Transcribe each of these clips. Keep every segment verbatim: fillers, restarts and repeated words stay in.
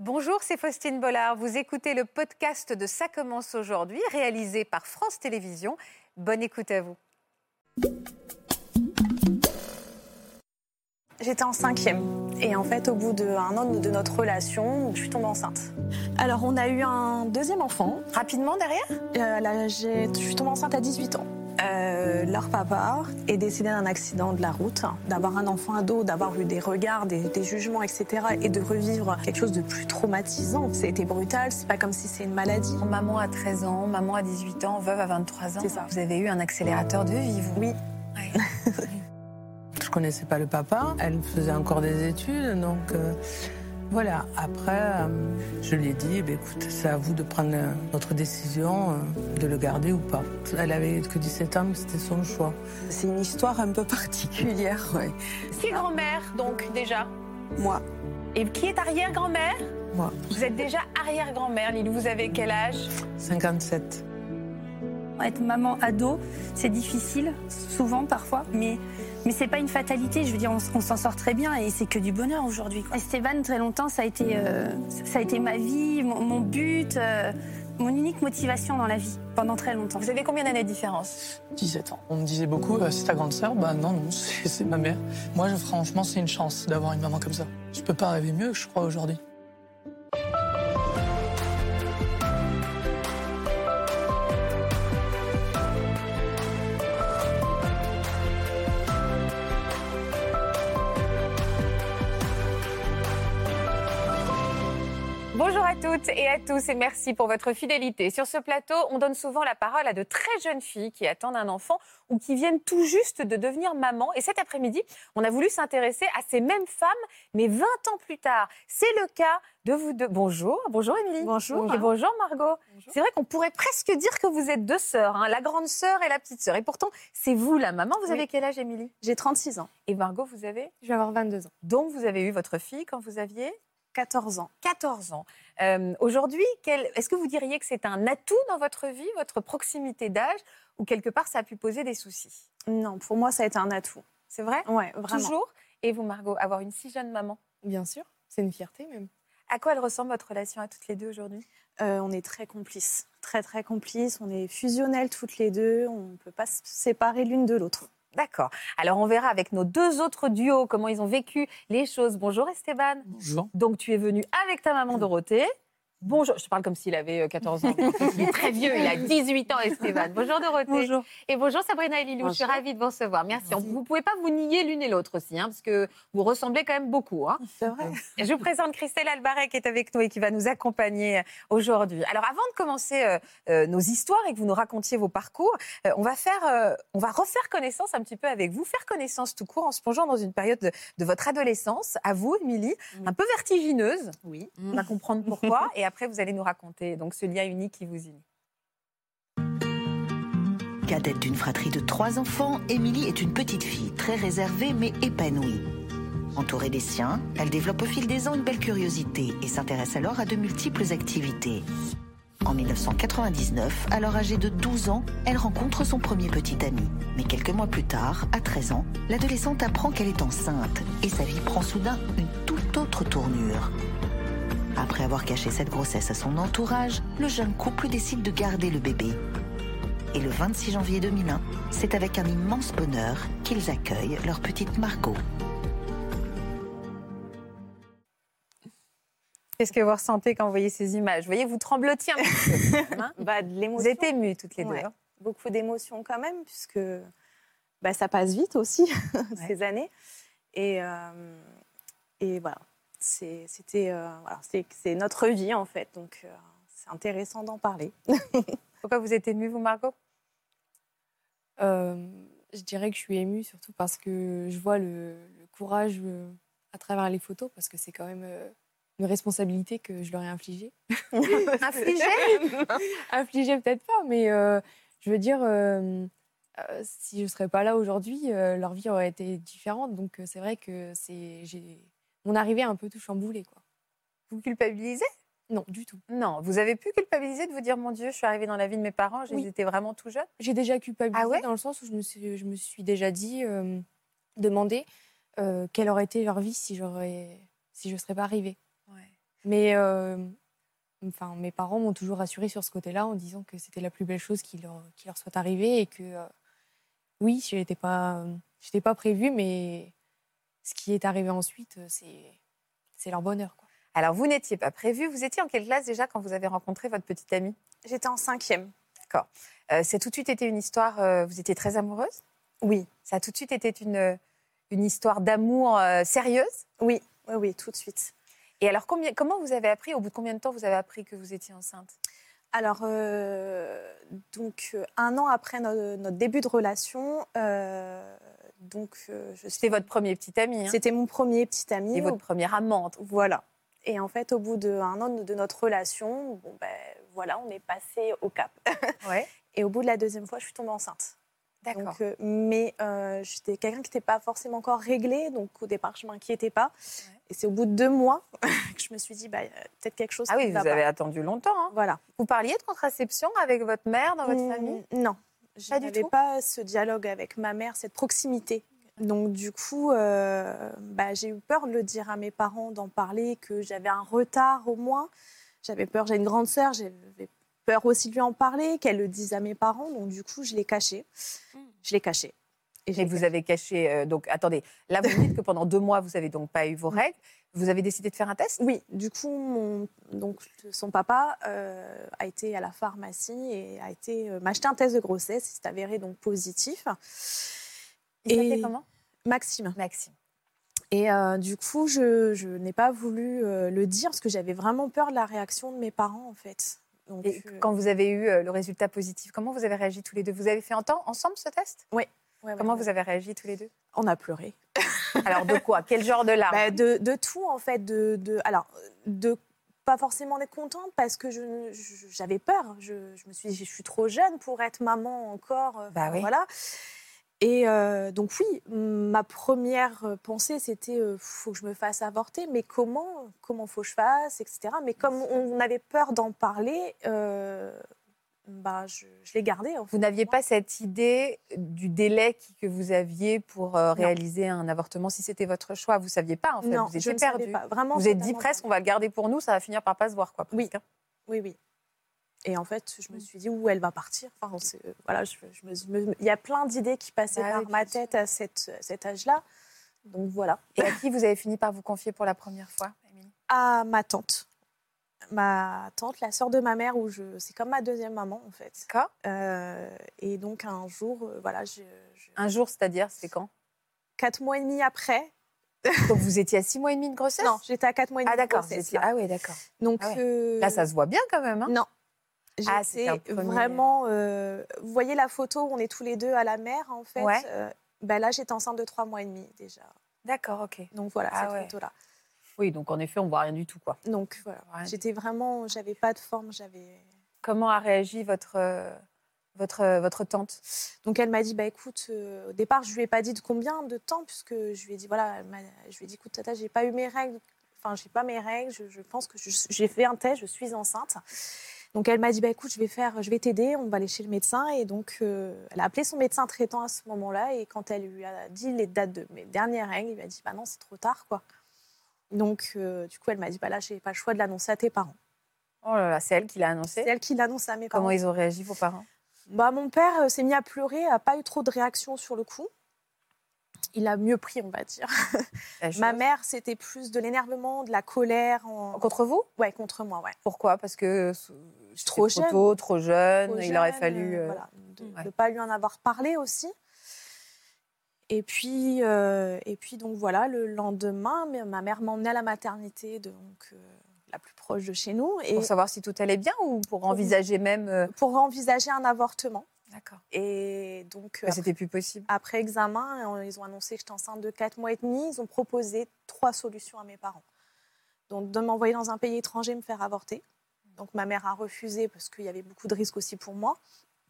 Bonjour, c'est Faustine Bollard. Vous écoutez le podcast de Ça commence aujourd'hui, réalisé par France Télévisions. Bonne écoute à vous. J'étais en cinquième. Et en fait, au bout d'un an de notre relation, je suis tombée enceinte. Alors, on a eu un deuxième enfant. Rapidement derrière euh, là, j'ai, Je suis tombée enceinte à dix-huit ans. Euh, leur papa est décédé d'un accident de la route. D'avoir un enfant ado, d'avoir eu des regards, des, des jugements, et cetera. Et de revivre quelque chose de plus traumatisant. C'était brutal, c'est pas comme si c'est une maladie. Maman à treize ans, maman à dix-huit ans, veuve à vingt-trois ans. C'est ça. Vous avez eu un accélérateur de vie, vous? Oui. Ouais. Je connaissais pas le papa, elle faisait encore des études, donc euh, voilà. Après, euh, je lui ai dit, eh bien, écoute, c'est à vous de prendre euh, votre décision, euh, de le garder ou pas. Elle avait que dix-sept ans, mais c'était son choix. C'est une histoire un peu particulière, ouais. Qui est grand-mère, donc, déjà? Moi. Et qui est arrière-grand-mère? Moi. Vous êtes déjà arrière-grand-mère, Lilou. Vous avez quel âge? cinquante-sept. Être maman ado, c'est difficile, souvent, parfois, mais, mais c'est pas une fatalité. Je veux dire, on, on s'en sort très bien et c'est que du bonheur aujourd'hui, quoi. Esteban, très longtemps, ça a été, euh, ça a été ma vie, mon, mon but, euh, mon unique motivation dans la vie, pendant très longtemps. Vous avez combien d'années de différence? dix-sept ans. On me disait beaucoup, euh, c'est ta grande sœur? Bah non, non, c'est, c'est ma mère. Moi, je, franchement, c'est une chance d'avoir une maman comme ça. Je peux pas rêver mieux, je crois, aujourd'hui. Bonjour à toutes et à tous et merci pour votre fidélité. Sur ce plateau, on donne souvent la parole à de très jeunes filles qui attendent un enfant ou qui viennent tout juste de devenir maman. Et cet après-midi, on a voulu s'intéresser à ces mêmes femmes, mais vingt ans plus tard. C'est le cas de vous deux. Bonjour, bonjour Émilie. Bonjour. Et bonjour Margot. Bonjour. C'est vrai qu'on pourrait presque dire que vous êtes deux sœurs, hein, la grande sœur et la petite sœur. Et pourtant, c'est vous la maman. Vous Oui. avez quel âge Émilie? J'ai trente-six ans. Et Margot, vous avez? Je vais avoir vingt-deux ans. Donc vous avez eu votre fille quand vous aviez quatorze ans. quatorze ans. Euh, aujourd'hui, quel... est-ce que vous diriez que c'est un atout dans votre vie, votre proximité d'âge, ou quelque part ça a pu poser des soucis? Non, pour moi, ça a été un atout. C'est vrai? Ouais, vraiment. Toujours? Et vous, Margot, avoir une si jeune maman? Bien sûr, c'est une fierté même. À quoi elle ressemble votre relation à toutes les deux aujourd'hui? Euh, on est très complices, très très complices. On est fusionnelles toutes les deux. On ne peut pas se séparer l'une de l'autre. D'accord. Alors, on verra avec nos deux autres duos comment ils ont vécu les choses. Bonjour Esteban. Bonjour. Donc, tu es venu avec ta maman Dorothée. Bonjour, je te parle comme s'il avait quatorze ans. Il est très vieux, il a dix-huit ans, Esteban. Bonjour Dorothée. Bonjour. Et bonjour Sabrina et Lilou, je suis ravie de vous recevoir. Merci. Merci. Vous ne pouvez pas vous nier l'une et l'autre aussi, hein, parce que vous ressemblez quand même beaucoup. Hein. C'est vrai. Je vous présente Christelle Albaret qui est avec nous et qui va nous accompagner aujourd'hui. Alors avant de commencer euh, euh, nos histoires et que vous nous racontiez vos parcours, euh, on, va faire, euh, on va refaire connaissance un petit peu avec vous, faire connaissance tout court en se plongeant dans une période de, de votre adolescence, à vous Émilie, mmh. un peu vertigineuse. Oui. On va comprendre pourquoi et après vous allez nous raconter donc ce lien unique qui vous unit. Cadette d'une fratrie de trois enfants, Émilie est une petite fille très réservée mais épanouie. Entourée des siens, elle développe au fil des ans une belle curiosité et s'intéresse alors à de multiples activités. En mille neuf cent quatre-vingt-dix-neuf, alors âgée de douze ans, elle rencontre son premier petit ami. Mais quelques mois plus tard, à treize ans, l'adolescente apprend qu'elle est enceinte et sa vie prend soudain une toute autre tournure. Après avoir caché cette grossesse à son entourage, le jeune couple décide de garder le bébé. Et le vingt-six janvier deux mille un, c'est avec un immense bonheur qu'ils accueillent leur petite Margot. Qu'est-ce que vous ressentez quand vous voyez ces images? Vous voyez, vous tremblotiez un petit peu. Hein, bah, de l'émotion. Vous êtes émues toutes les deux. Ouais. Beaucoup d'émotions quand même, puisque bah, ça passe vite aussi, ouais. ces années. Et, euh, et voilà, c'est, c'était, euh, voilà c'est, c'est notre vie en fait, donc euh, c'est intéressant d'en parler. Pourquoi vous êtes émue, vous, Margot? euh, Je dirais que je suis émue surtout parce que je vois le, le courage euh, à travers les photos, parce que c'est quand même euh, une responsabilité que je leur ai infligée. Infligée? Infligée peut-être pas, mais euh, je veux dire, euh, euh, si je ne serais pas là aujourd'hui, euh, leur vie aurait été différente. Donc euh, c'est vrai que c'est, j'ai... mon arrivée est un peu tout chamboulée, quoi. Vous culpabilisez? Non, du tout. Non, vous avez pu culpabiliser de vous dire, mon Dieu, je suis arrivée dans la vie de mes parents, ils oui. étaient vraiment tout jeunes? J'ai déjà culpabilisé, ah ouais dans le sens où je me suis, je me suis déjà dit, euh, demandé euh, quelle aurait été leur vie si, j'aurais, si je ne serais pas arrivée. Ouais. Mais euh, enfin, mes parents m'ont toujours rassurée sur ce côté-là en disant que c'était la plus belle chose qui leur, qui leur soit arrivée et que euh, oui, je n'étais pas, j'étais pas prévue, mais ce qui est arrivé ensuite, c'est, c'est leur bonheur, quoi. Alors, vous n'étiez pas prévu. Vous étiez en quelle classe déjà quand vous avez rencontré votre petite amie? J'étais en cinquième. D'accord. Euh, c'est tout de suite été une histoire... Euh, vous étiez très amoureuse? Oui. Ça a tout de suite été une, une histoire d'amour euh, sérieuse? Oui, oui, oui, tout de suite. Et alors, combien, comment vous avez appris, au bout de combien de temps vous avez appris que vous étiez enceinte? Alors, euh, donc, euh, un an après no- notre début de relation, euh, donc, euh, je C'était votre premier petit ami, hein? C'était mon premier petit ami. Et votre première amante. Voilà. Et en fait, au bout d'un an de notre relation, bon, ben, voilà, on est passé au cap. Ouais. Et au bout de la deuxième fois, je suis tombée enceinte. D'accord. Donc, euh, mais euh, j'étais quelqu'un qui n'était pas forcément encore réglé, donc au départ, je ne m'inquiétais pas. Ouais. Et c'est au bout de deux mois que je me suis dit, bah, peut-être quelque chose ah qui oui, va vous pas. avez attendu longtemps. Hein. Voilà. Vous parliez de contraception avec votre mère dans votre mmh, famille? Non, je n'avais pas ce dialogue avec ma mère, cette proximité. Donc du coup, euh, bah, j'ai eu peur de le dire à mes parents, d'en parler, que j'avais un retard au moins. J'avais peur, j'ai une grande sœur, j'avais peur aussi de lui en parler, qu'elle le dise à mes parents. Donc du coup, je l'ai caché. Je l'ai caché. Et, Et vous caché. avez caché... Euh, donc attendez, là vous dites que pendant deux mois, vous n'avez donc pas eu vos règles. Vous avez décidé de faire un test? Oui, du coup, mon, donc, son papa euh, a été à la pharmacie et a été euh, m'acheter un test de grossesse. Il s'est avéré donc positif. Il s'appelait comment? Maxime. Maxime. Et euh, du coup, je, je n'ai pas voulu euh, le dire parce que j'avais vraiment peur de la réaction de mes parents, en fait. Donc, et euh... quand vous avez eu euh, le résultat positif, comment vous avez réagi tous les deux? Vous avez fait en temps, ensemble ce test? Oui. Ouais, comment ouais, vous ouais. avez réagi tous les deux? On a pleuré. Alors de quoi? Quel genre de larmes? bah, de, de tout, en fait. De, de, alors, de pas forcément d'être contente parce que je, je, j'avais peur. Je, je me suis dit, je suis trop jeune pour être maman encore. Bah oui. Voilà. Et euh, donc oui, ma première pensée, c'était euh, faut que je me fasse avorter, mais comment, comment faut que je fasse, et cetera. Mais comme on avait peur d'en parler, euh, bah, je, je l'ai gardé. En fait. Vous n'aviez pas cette idée du délai que vous aviez pour euh, réaliser un avortement si c'était votre choix? Vous ne saviez pas, en fait. Non, vous étiez je ne perdu. savais pas. Vraiment, vous êtes dit presque, on va le garder pour nous, ça va finir par pas se voir, quoi. Oui, oui, oui. Et en fait, je me suis dit où elle va partir. Enfin, c'est, voilà, je, je me, je me, il y a plein d'idées qui passaient ah, par oui, ma tête sûr. à cette, cet âge-là. Donc voilà. Et à qui vous avez fini par vous confier pour la première fois, Émilie? À ma tante. Ma tante, la sœur de ma mère, où je, c'est comme ma deuxième maman en fait. D'accord. Euh, et donc un jour, euh, voilà, je, je... Un jour, c'est-à-dire, c'était quand? Quatre mois et demi après. Donc vous étiez à six mois et demi de grossesse? Non, j'étais à quatre mois et demi ah, d'accord, de grossesse. Étiez... Ah oui, d'accord. Donc ah ouais. euh... là, ça se voit bien quand même. Hein? Non. Ah, J'étais premier... vraiment. Euh... Vous voyez la photo où on est tous les deux à la mer, en fait. Ouais. Euh, ben là, j'étais enceinte de trois mois et demi déjà. D'accord, ok. Donc voilà ah, cette ouais. photo-là. Oui, donc en effet, on voit rien du tout, quoi. Donc voilà, j'étais vraiment, j'avais pas de forme, j'avais. Comment a réagi votre euh, votre euh, votre tante? Donc elle m'a dit, bah écoute, euh, au départ, je lui ai pas dit de combien de temps, puisque je lui ai dit voilà, elle je lui ai dit écoute tata, j'ai pas eu mes règles, enfin j'ai pas mes règles, je, je pense que je, j'ai fait un test, je suis enceinte. Donc elle m'a dit bah écoute, je vais faire, je vais t'aider, on va aller chez le médecin. Et donc euh, elle a appelé son médecin traitant à ce moment-là, et quand elle lui a dit les dates de mes dernières règles, il lui a dit bah non, c'est trop tard quoi. Donc, euh, du coup, elle m'a dit, bah là, je n'ai pas le choix de l'annoncer à tes parents. Oh là là, c'est elle qui l'a annoncé? C'est elle qui l'annonce à mes parents. Comment ils ont réagi, vos parents? Bah, mon père euh, s'est mis à pleurer, n'a pas eu trop de réaction sur le coup. Il a mieux pris, on va dire. Ma mère, c'était plus de l'énervement, de la colère. En... Contre vous? Ouais, contre moi, ouais. Pourquoi? Parce que trop, trop tôt, trop jeune, trop il jeune, aurait fallu... Euh, voilà, de ne ouais. pas lui en avoir parlé aussi. Et puis, euh, et puis donc voilà, le lendemain, ma mère m'emmenait à la maternité, donc euh, la plus proche de chez nous. Et pour savoir si tout allait bien ou pour, pour envisager même euh... Pour envisager un avortement. D'accord. Et donc bah, après, c'était plus possible. Après examen, ils ont annoncé que j'étais enceinte de quatre mois et demi. Ils ont proposé trois solutions à mes parents. Donc de m'envoyer dans un pays étranger, me faire avorter. Donc ma mère a refusé parce qu'il y avait beaucoup de risques aussi pour moi.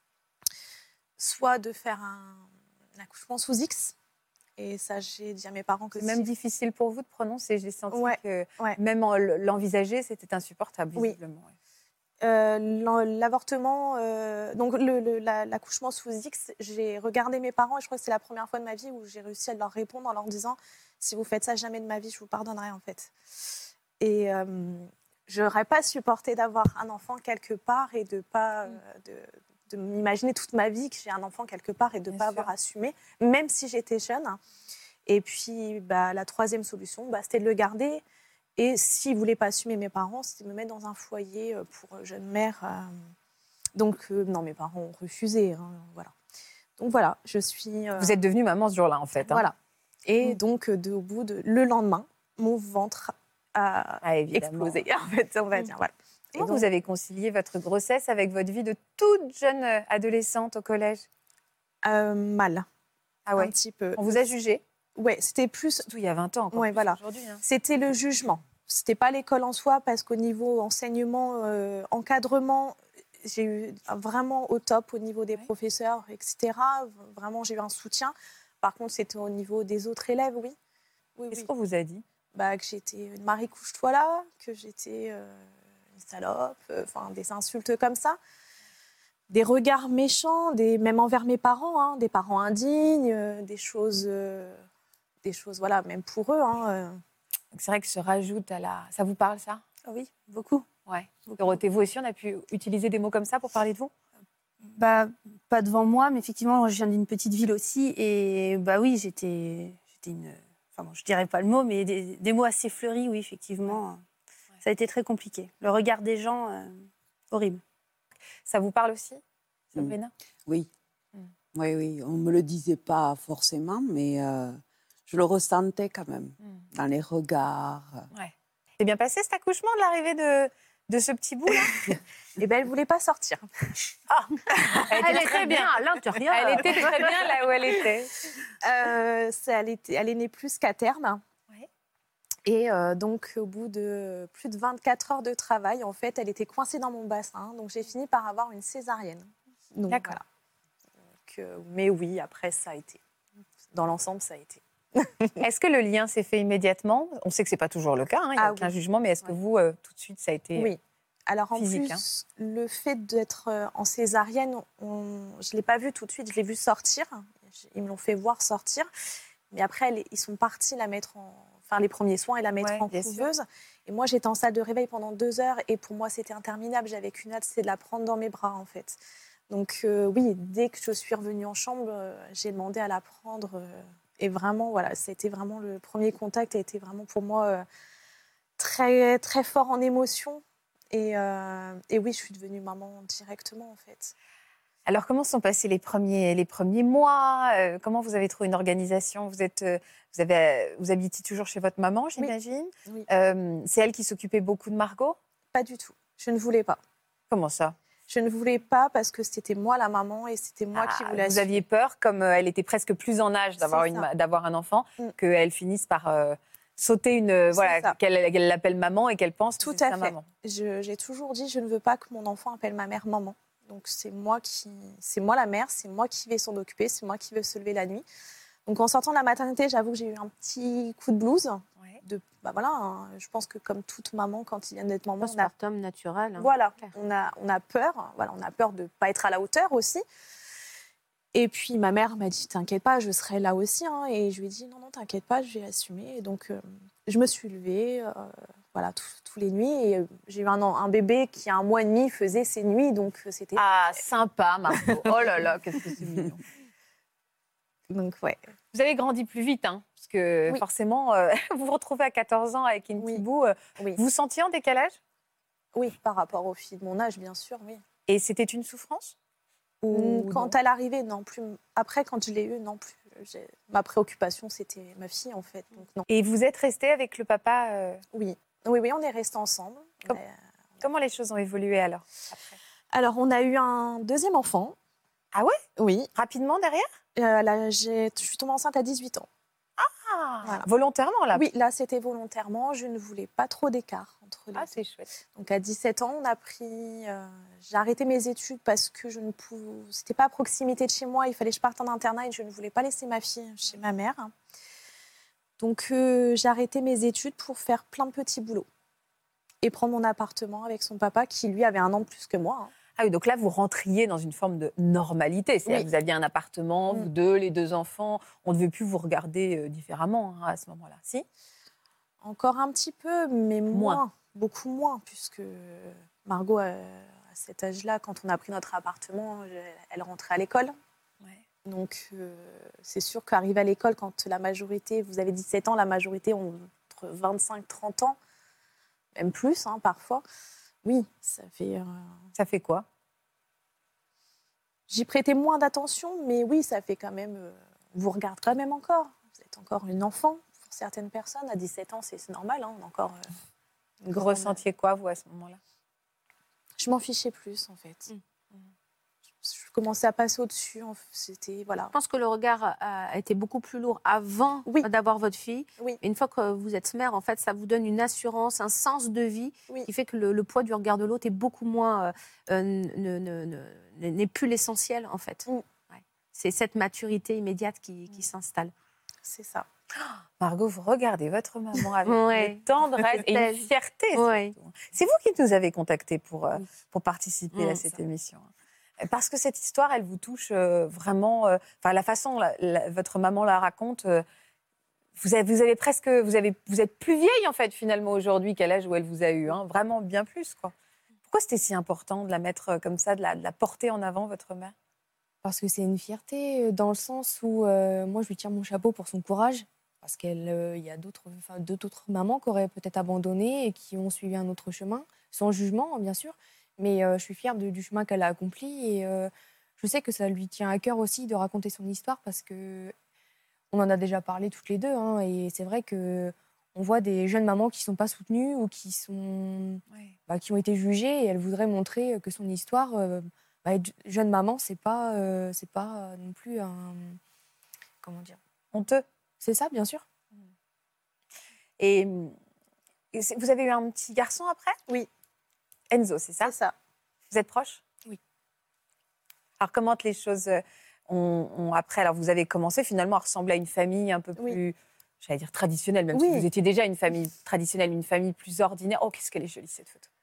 Soit de faire un un accouchement sous X. Et ça, j'ai dit à mes parents que c'est si... même difficile pour vous de prononcer. J'ai senti ouais, que ouais. même en l'envisager, c'était insupportable, visiblement. Oui. Euh, l'avortement, euh, donc le, le, la, l'accouchement sous X, j'ai regardé mes parents et je crois que c'est la première fois de ma vie où j'ai réussi à leur répondre en leur disant si vous faites ça jamais de ma vie, je vous pardonnerai en fait. Et, euh, j'aurais pas supporté d'avoir un enfant quelque part et de pas Mm. euh, de, de m'imaginer toute ma vie que j'ai un enfant quelque part et de Bien pas sûr. avoir assumé, même si j'étais jeune. Et puis, bah, la troisième solution, bah, c'était de le garder. Et s'ils ne voulaient pas assumer mes parents, c'était de me mettre dans un foyer euh, pour euh, jeune mère. euh. Donc, euh, non, mes parents ont refusé. Hein, voilà. Donc, voilà, je suis... euh, Vous êtes devenue maman ce jour-là, en fait. hein. Voilà. Et Mm. donc, euh, de, au bout de... Le lendemain, mon ventre a Ah, évidemment. explosé, en fait, on va Mm. dire. Voilà. Et Comment donc, vous avez concilié votre grossesse avec votre vie de toute jeune euh, adolescente au collège? euh, mal, Ah un ouais. petit peu. On vous a jugé? Ouais, c'était plus... Surtout il y a vingt ans, encore Ouais, plus voilà. aujourd'hui. hein. C'était le jugement. C'était pas l'école en soi, parce qu'au niveau enseignement, euh, encadrement, j'ai eu vraiment au top au niveau des Ouais. professeurs, et cetera. Vraiment, j'ai eu un soutien. Par contre, c'était au niveau des autres élèves, oui. Oui, Qu'est-ce oui. qu'on vous a dit? Bah, que j'étais une Marie couche-toi là, que j'étais euh, une salope, euh, enfin des insultes comme ça. Des regards méchants, des, même envers mes parents, hein, des parents indignes, euh, des choses, euh, des choses, voilà, même pour eux. Hein, euh. Donc, c'est vrai que se rajoute à la... Ça vous parle, ça? Ah oui, beaucoup. Ouais. beaucoup. Dorothée, vous aussi, on a pu utiliser des mots comme ça pour parler de vous? Bah, pas devant moi, mais effectivement, je viens d'une petite ville aussi. Et bah oui, j'étais, j'étais une. Enfin, bon, je dirais pas le mot, mais des, des mots assez fleuris, oui, effectivement. Ça a été très compliqué. Le regard des gens, euh, horrible. Ça vous parle aussi, Sabrina? Oui. Mm. Oui, oui. On ne me le disait pas forcément, mais euh, je le ressentais quand même Mm. dans les regards. Ouais. C'est bien passé cet accouchement de l'arrivée de, de ce petit bout là? Et ben, elle voulait pas sortir. Elle était très bien. à l'intérieur. Elle était très bien là où elle était. Euh, ça, elle, était, elle est née plus qu'à terme. Ouais. Et euh, donc, au bout de plus de vingt-quatre heures de travail, en fait, elle était coincée dans mon bassin. Donc, j'ai fini par avoir une césarienne. Donc, D'accord. voilà. Donc, euh, mais oui, après, ça a été. Dans l'ensemble, ça a été. Est-ce que le lien s'est fait immédiatement? On sait que c'est pas toujours le cas, hein, il n'y a Ah aucun oui. jugement, mais est-ce que Ouais. vous, euh, tout de suite, ça a été... Oui. Alors, en physique, plus, le fait d'être euh, en césarienne, on- je ne l'ai pas vu tout de suite, je l'ai vu sortir. Ils me l'ont fait voir sortir. Mais après, elle- ils sont partis la mettre en... faire les premiers soins et la mettre Ouais, en bien sûr. couveuse. Et moi, j'étais en salle de réveil pendant deux heures. Et pour moi, c'était interminable. J'avais qu'une hâte, c'est de la prendre dans mes bras, en fait. Donc, euh, oui, dès que je suis revenue en chambre, euh, j'ai demandé à la prendre. euh, et vraiment, voilà, c'était vraiment le premier contact a été vraiment pour moi euh, très, très fort en émotion. Et, euh, et oui, je suis devenue maman directement, en fait. Alors, comment sont passés les premiers, les premiers mois? Euh, Comment vous avez trouvé une organisation? Vous, êtes, euh, vous, avez, euh, vous habitez toujours chez votre maman, j'imagine? Oui. Euh, c'est elle qui s'occupait beaucoup de Margot? Pas du tout. Je ne voulais pas. Comment ça? Je ne voulais pas parce que c'était moi la maman et c'était moi qui Ah, voulais vous assumer. aviez peur, comme euh, elle était presque plus en âge d'avoir, C'est une, ça. ma- d'avoir un enfant, Mm. qu'elle finisse par euh, sauter une... euh, voilà, ça. qu'elle, qu'elle l'appelle maman et qu'elle pense Tout que c'est à sa fait. maman. Je- J'ai toujours dit, je ne veux pas que mon enfant appelle ma mère maman. Donc c'est moi qui, c'est moi la mère, c'est moi qui vais s'en occuper, c'est moi qui vais se lever la nuit. Donc en sortant de la maternité, j'avoue que j'ai eu un petit coup de blues. Ouais. De, bah voilà, hein, je pense que comme toute maman, quand il vient d'être maman, on a, Postpartum naturel. hein. voilà, Claire. on a, on a peur. Voilà, on a peur de ne pas être à la hauteur aussi. Et puis ma mère m'a dit, t'inquiète pas, je serai là aussi. hein. Et je lui ai dit, non, non, t'inquiète pas, je vais assumer. Et donc euh, je me suis levée, euh, voilà, tous les nuits. Et euh, j'ai eu un, an- un bébé qui, à un mois et demi, faisait ses nuits. Donc euh, c'était. Ah, sympa, Margot. Oh là là, qu'est-ce que c'est mignon. Donc ouais. Vous avez grandi plus vite, hein, parce que Oui. forcément, euh, vous vous retrouvez à quatorze ans avec une Oui. petite boue. euh, Oui. Vous vous sentiez en décalage? Oui, par rapport aux filles de mon âge, bien sûr, oui. Et c'était une souffrance? Ou Quand non elle arrivait, non plus. Après, quand je l'ai eue, non plus. J'ai- Ma préoccupation, c'était ma fille, en fait. Donc non. Et vous êtes resté avec le papa euh, Oui, oui, oui, on est restés ensemble. Comme- Mais, euh, Comment les choses ont évolué alors après? Alors, on a eu un deuxième enfant. Ah ouais? Oui. Rapidement derrière? Euh, là, j'ai- je suis tombée enceinte à dix-huit ans. Ah, Voilà. volontairement là? Oui, là, c'était volontairement. Je ne voulais pas trop d'écart entre les Ah, deux. c'est chouette. Donc, à dix-sept ans, on a pris. euh, j'ai arrêté mes études parce que je ne pouvais. C'était pas à proximité de chez moi. Il fallait que je parte en internat et je ne voulais pas laisser ma fille chez ma mère. Donc, euh, j'ai arrêté mes études pour faire plein de petits boulots et prendre mon appartement avec son papa qui, lui, avait un an de plus que moi. hein. Ah oui, donc là, vous rentriez dans une forme de normalité. C'est-à-dire Oui. que vous aviez un appartement, Mm. vous deux, les deux enfants. On ne devait plus vous regarder euh, différemment hein, à ce moment-là. Si? Encore un petit peu, mais Moins. moins. beaucoup moins, puisque Margot, à cet âge-là, quand on a pris notre appartement, elle rentrait à l'école. Ouais. Donc, euh, c'est sûr qu'arriver à l'école, quand la majorité, vous avez dix-sept ans, la majorité ont entre vingt-cinq et trente ans, même plus, hein, parfois. Oui, ça fait... Euh... Ça fait quoi? J'y prêtais moins d'attention, mais oui, ça fait quand même... Euh, on vous regarde quand même encore. Vous êtes encore une enfant pour certaines personnes. À dix-sept ans, c'est, c'est normal. Hein, on a encore... Euh, Vous grande... ressentiez quoi, vous, à ce moment-là? Je m'en fichais plus, en fait. Mmh. Je commençais à passer au-dessus. C'était, voilà. Je pense que le regard a été beaucoup plus lourd avant oui. d'avoir votre fille. Oui. Et une fois que vous êtes mère, en fait, ça vous donne une assurance, un sens de vie oui. qui fait que le, le poids du regard de l'autre est beaucoup moins... Euh, ne, ne, ne, n'est plus l'essentiel, en fait. Oui. Ouais. C'est cette maturité immédiate qui, qui s'installe. C'est ça. Margot, vous regardez votre maman avec ouais. une tendresse et une fierté. Ouais. C'est vous qui nous avez contactés pour, euh, pour participer mmh, à cette ça. émission. Parce que cette histoire, elle vous touche euh, vraiment. Enfin, euh, la façon la, la, votre maman la raconte, euh, vous, avez, vous avez presque, vous avez, vous êtes plus vieille en fait finalement aujourd'hui qu'à l'âge où elle vous a eu, hein, vraiment bien plus quoi. Pourquoi c'était si important de la mettre comme ça, de la, de la porter en avant, votre mère? Parce que c'est une fierté dans le sens où euh, moi je lui tire mon chapeau pour son courage. Parce qu'il euh, y a d'autres, enfin, d'autres mamans qui auraient peut-être abandonné et qui ont suivi un autre chemin, sans jugement, bien sûr. Mais euh, je suis fière de, du chemin qu'elle a accompli. Et euh, je sais que ça lui tient à cœur aussi de raconter son histoire parce qu'on en a déjà parlé toutes les deux. Hein, et c'est vrai qu'on voit des jeunes mamans qui ne sont pas soutenues ou qui, sont, ouais. bah, qui ont été jugées. Et elle voudrait montrer que son histoire, euh, bah, être jeune maman, ce n'est pas, euh, c'est pas non plus un... Comment dire? Honteux. C'est ça, bien sûr. Et, et vous avez eu un petit garçon après? Oui. Enzo, c'est ça? C'est ça. Vous êtes proches? Oui. Alors, comment les choses ont, ont après? Alors, vous avez commencé finalement à ressembler à une famille un peu plus, oui. j'allais dire traditionnelle, même oui. si vous étiez déjà une famille traditionnelle, une famille plus ordinaire. Oh, qu'est-ce qu'elle est jolie, cette photo.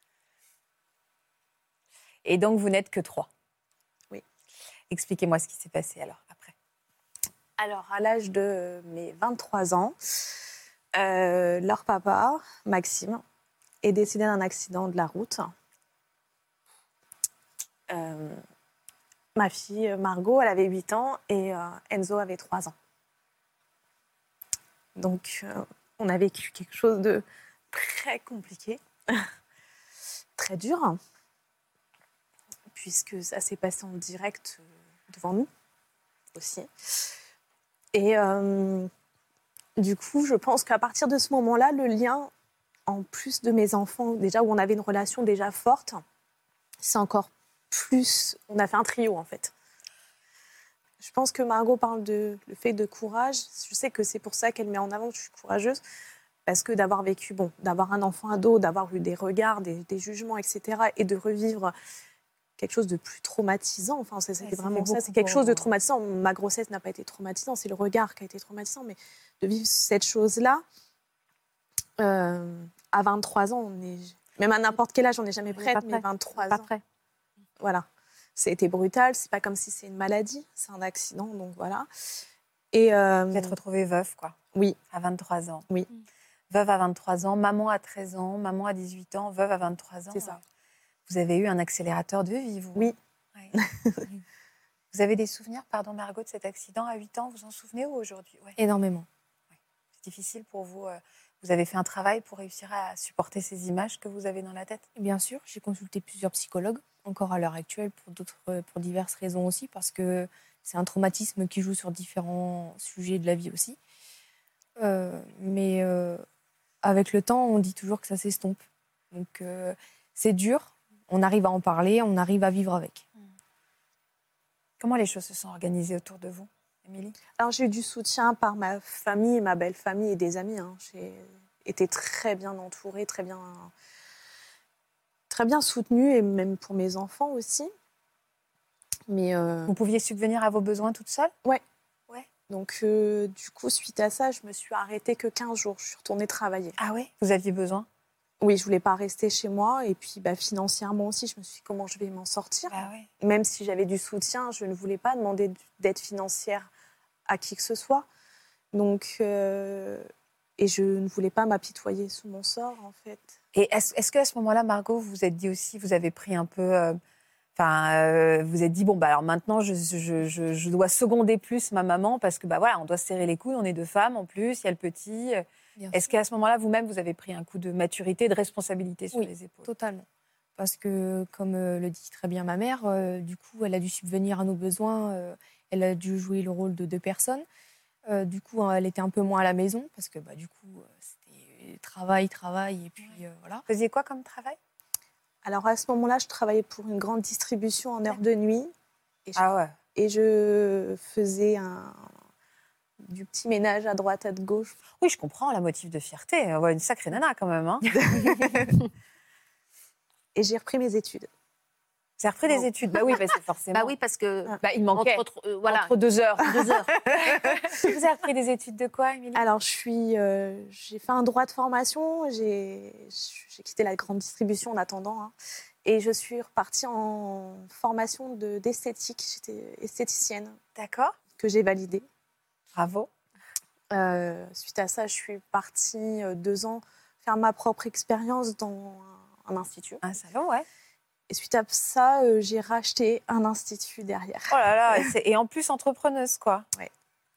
Et donc, vous n'êtes que trois? Oui. Expliquez-moi ce qui s'est passé alors, après. Alors, à l'âge de mes vingt-trois ans, euh, leur papa, Maxime, est décédé d'un accident de la route. Euh, ma fille, Margot, elle avait huit ans et euh, Enzo avait trois ans. Donc, euh, on a vécu quelque chose de très compliqué, très dur, puisque ça s'est passé en direct devant nous aussi. Et euh, du coup, je pense qu'à partir de ce moment-là, le lien, en plus de mes enfants, déjà où on avait une relation déjà forte, c'est encore plus... On a fait un trio, en fait. Je pense que Margot parle de le fait de courage. Je sais que c'est pour ça qu'elle met en avant que je suis courageuse, parce que d'avoir vécu, bon, d'avoir un enfant ado, d'avoir eu des regards, des, des jugements, et cetera, et de revivre quelque chose de plus traumatisant. Enfin, c'était ouais, vraiment ça. C'est quelque chose de traumatisant. Ma grossesse n'a pas été traumatisante, c'est le regard qui a été traumatisant. Mais de vivre cette chose-là, euh, à vingt-trois ans, on est... même à n'importe quel âge, on n'est jamais prête, mais vingt-trois pas ans. Prêt. Voilà. C'était brutal. C'est pas comme si c'est une maladie, c'est un accident. Donc voilà. Et euh... vous êtes retrouvée veuve, quoi. Oui. À vingt-trois ans. Oui. Veuve à vingt-trois ans, maman à treize ans, maman à dix-huit ans, veuve à vingt-trois ans. C'est ça. Vous avez eu un accélérateur de vie, vous? Oui. Ouais. Vous avez des souvenirs, pardon Margot, de cet accident à huit ans? Vous en souvenez ou aujourd'hui? Ouais. Énormément. Ouais. C'est difficile pour vous. Euh, vous avez fait un travail pour réussir à supporter ces images que vous avez dans la tête? Bien sûr, j'ai consulté plusieurs psychologues, encore à l'heure actuelle, pour, d'autres, pour diverses raisons aussi, parce que c'est un traumatisme qui joue sur différents sujets de la vie aussi. Euh, mais euh, avec le temps, on dit toujours que ça s'estompe. Donc euh, c'est dur. On arrive à en parler, on arrive à vivre avec. Comment les choses se sont organisées autour de vous, Émilie? Alors, j'ai eu du soutien par ma famille, ma belle famille et des amis. Hein. J'ai été très bien entourée, très bien, très bien soutenue, et même pour mes enfants aussi. Mais euh... Vous pouviez subvenir à vos besoins toute seule? Ouais. ouais. Donc, euh, du coup, suite à ça, je me suis arrêtée que quinze jours. Je suis retournée travailler. Ah oui? Vous aviez besoin? Oui, je ne voulais pas rester chez moi. Et puis, bah, financièrement aussi, je me suis dit comment je vais m'en sortir. Bah oui. Même si j'avais du soutien, je ne voulais pas demander d'aide financière à qui que ce soit. Donc, euh, Et je ne voulais pas m'apitoyer sous mon sort, en fait. Et est-ce, est-ce qu'à ce moment-là, Margot, vous vous êtes dit aussi, vous avez pris un peu... euh, Enfin, euh, vous êtes dit, bon, bah, alors maintenant, je, je, je, je dois seconder plus ma maman parce que, bah, voilà, on doit se serrer les coudes, on est deux femmes en plus, il y a le petit. Bien Est-ce sûr. qu'à ce moment-là, vous-même, vous avez pris un coup de maturité, de responsabilité sur Oui, les épaules? totalement. Parce que, comme euh, le dit très bien ma mère, euh, du coup, elle a dû subvenir à nos besoins. euh, elle a dû jouer le rôle de deux personnes. Euh, du coup, hein, elle était un peu moins à la maison parce que, bah, du coup, euh, c'était travail, travail, et puis euh, voilà. Vous faisiez quoi comme travail? Alors, à ce moment-là, je travaillais pour une grande distribution en heure de nuit. Et je, Ah ouais. et je faisais un, du petit ménage à droite, à gauche. Oui, je comprends, la motif de fierté. Ouais, une sacrée nana quand même. Hein. Et j'ai repris mes études. Vous avez repris des Non. études? Bah oui, bah, c'est forcément. Bah oui, parce que Bah, il manquait entre, euh, voilà, entre deux heures. deux heures. Vous avez repris des études de quoi, Émilie? Alors, je suis, euh, j'ai fait un droit de formation. J'ai, j'ai quitté la grande distribution en attendant. Hein, et je suis repartie en formation de, d'esthétique. J'étais esthéticienne, D'accord. que j'ai validée. Bravo. Euh, suite à ça, je suis partie euh, deux ans faire ma propre expérience dans un, un institut. Un salon, ouais. Et suite à ça, euh, j'ai racheté un institut derrière. Oh là là, et, c'est- et en plus entrepreneuse, quoi. Ouais.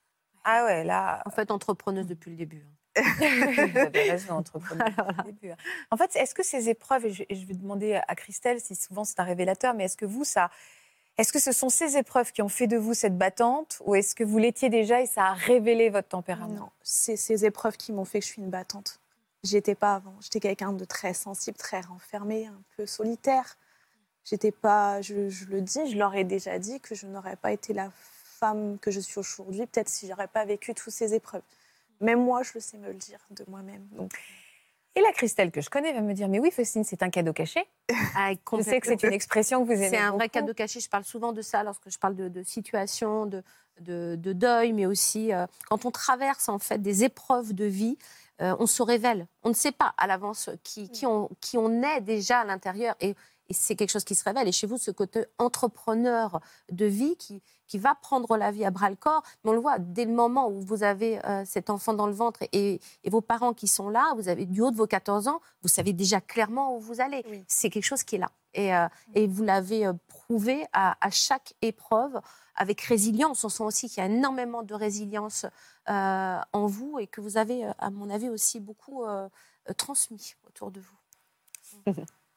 Ah ouais, là, En fait, entrepreneuse depuis le début. vous avez raison, entrepreneuse depuis le début. En fait, est-ce que ces épreuves, et je, et je vais demander à Christelle si souvent c'est un révélateur, mais est-ce que vous, ça, est-ce que ce sont ces épreuves qui ont fait de vous cette battante, ou est-ce que vous l'étiez déjà et ça a révélé votre tempérament? Non, c'est ces épreuves qui m'ont fait que je suis une battante. J'y étais pas avant. J'étais quelqu'un de très sensible, très renfermé, un peu solitaire. J'étais pas, je, je le dis, je leur ai déjà dit que je n'aurais pas été la femme que je suis aujourd'hui, peut-être si j'aurais pas vécu toutes ces épreuves. Même moi, je le sais me le dire de moi-même. Donc, Et la Christelle que je connais va me dire, mais oui, Faustine, c'est un cadeau caché. Ah, Je sais que c'est une expression que vous aimez C'est un vrai beaucoup. cadeau caché. Je parle souvent de ça lorsque je parle de, de situation, de, de, de deuil, mais aussi euh, quand on traverse en fait des épreuves de vie, euh, on se révèle. On ne sait pas à l'avance qui, qui, on, qui on est déjà à l'intérieur. Et, et c'est quelque chose qui se révèle. Et chez vous, ce côté entrepreneur de vie qui, qui va prendre la vie à bras-le-corps. Mais on le voit, dès le moment où vous avez euh, cet enfant dans le ventre et, et vos parents qui sont là, vous avez du haut de vos quatorze ans, vous savez déjà clairement où vous allez. Oui. C'est quelque chose qui est là. Et, euh, et vous l'avez euh, prouvé à, à chaque épreuve avec résilience. On sent aussi qu'il y a énormément de résilience euh, en vous et que vous avez, euh, à mon avis, aussi beaucoup euh, euh, transmis autour de vous.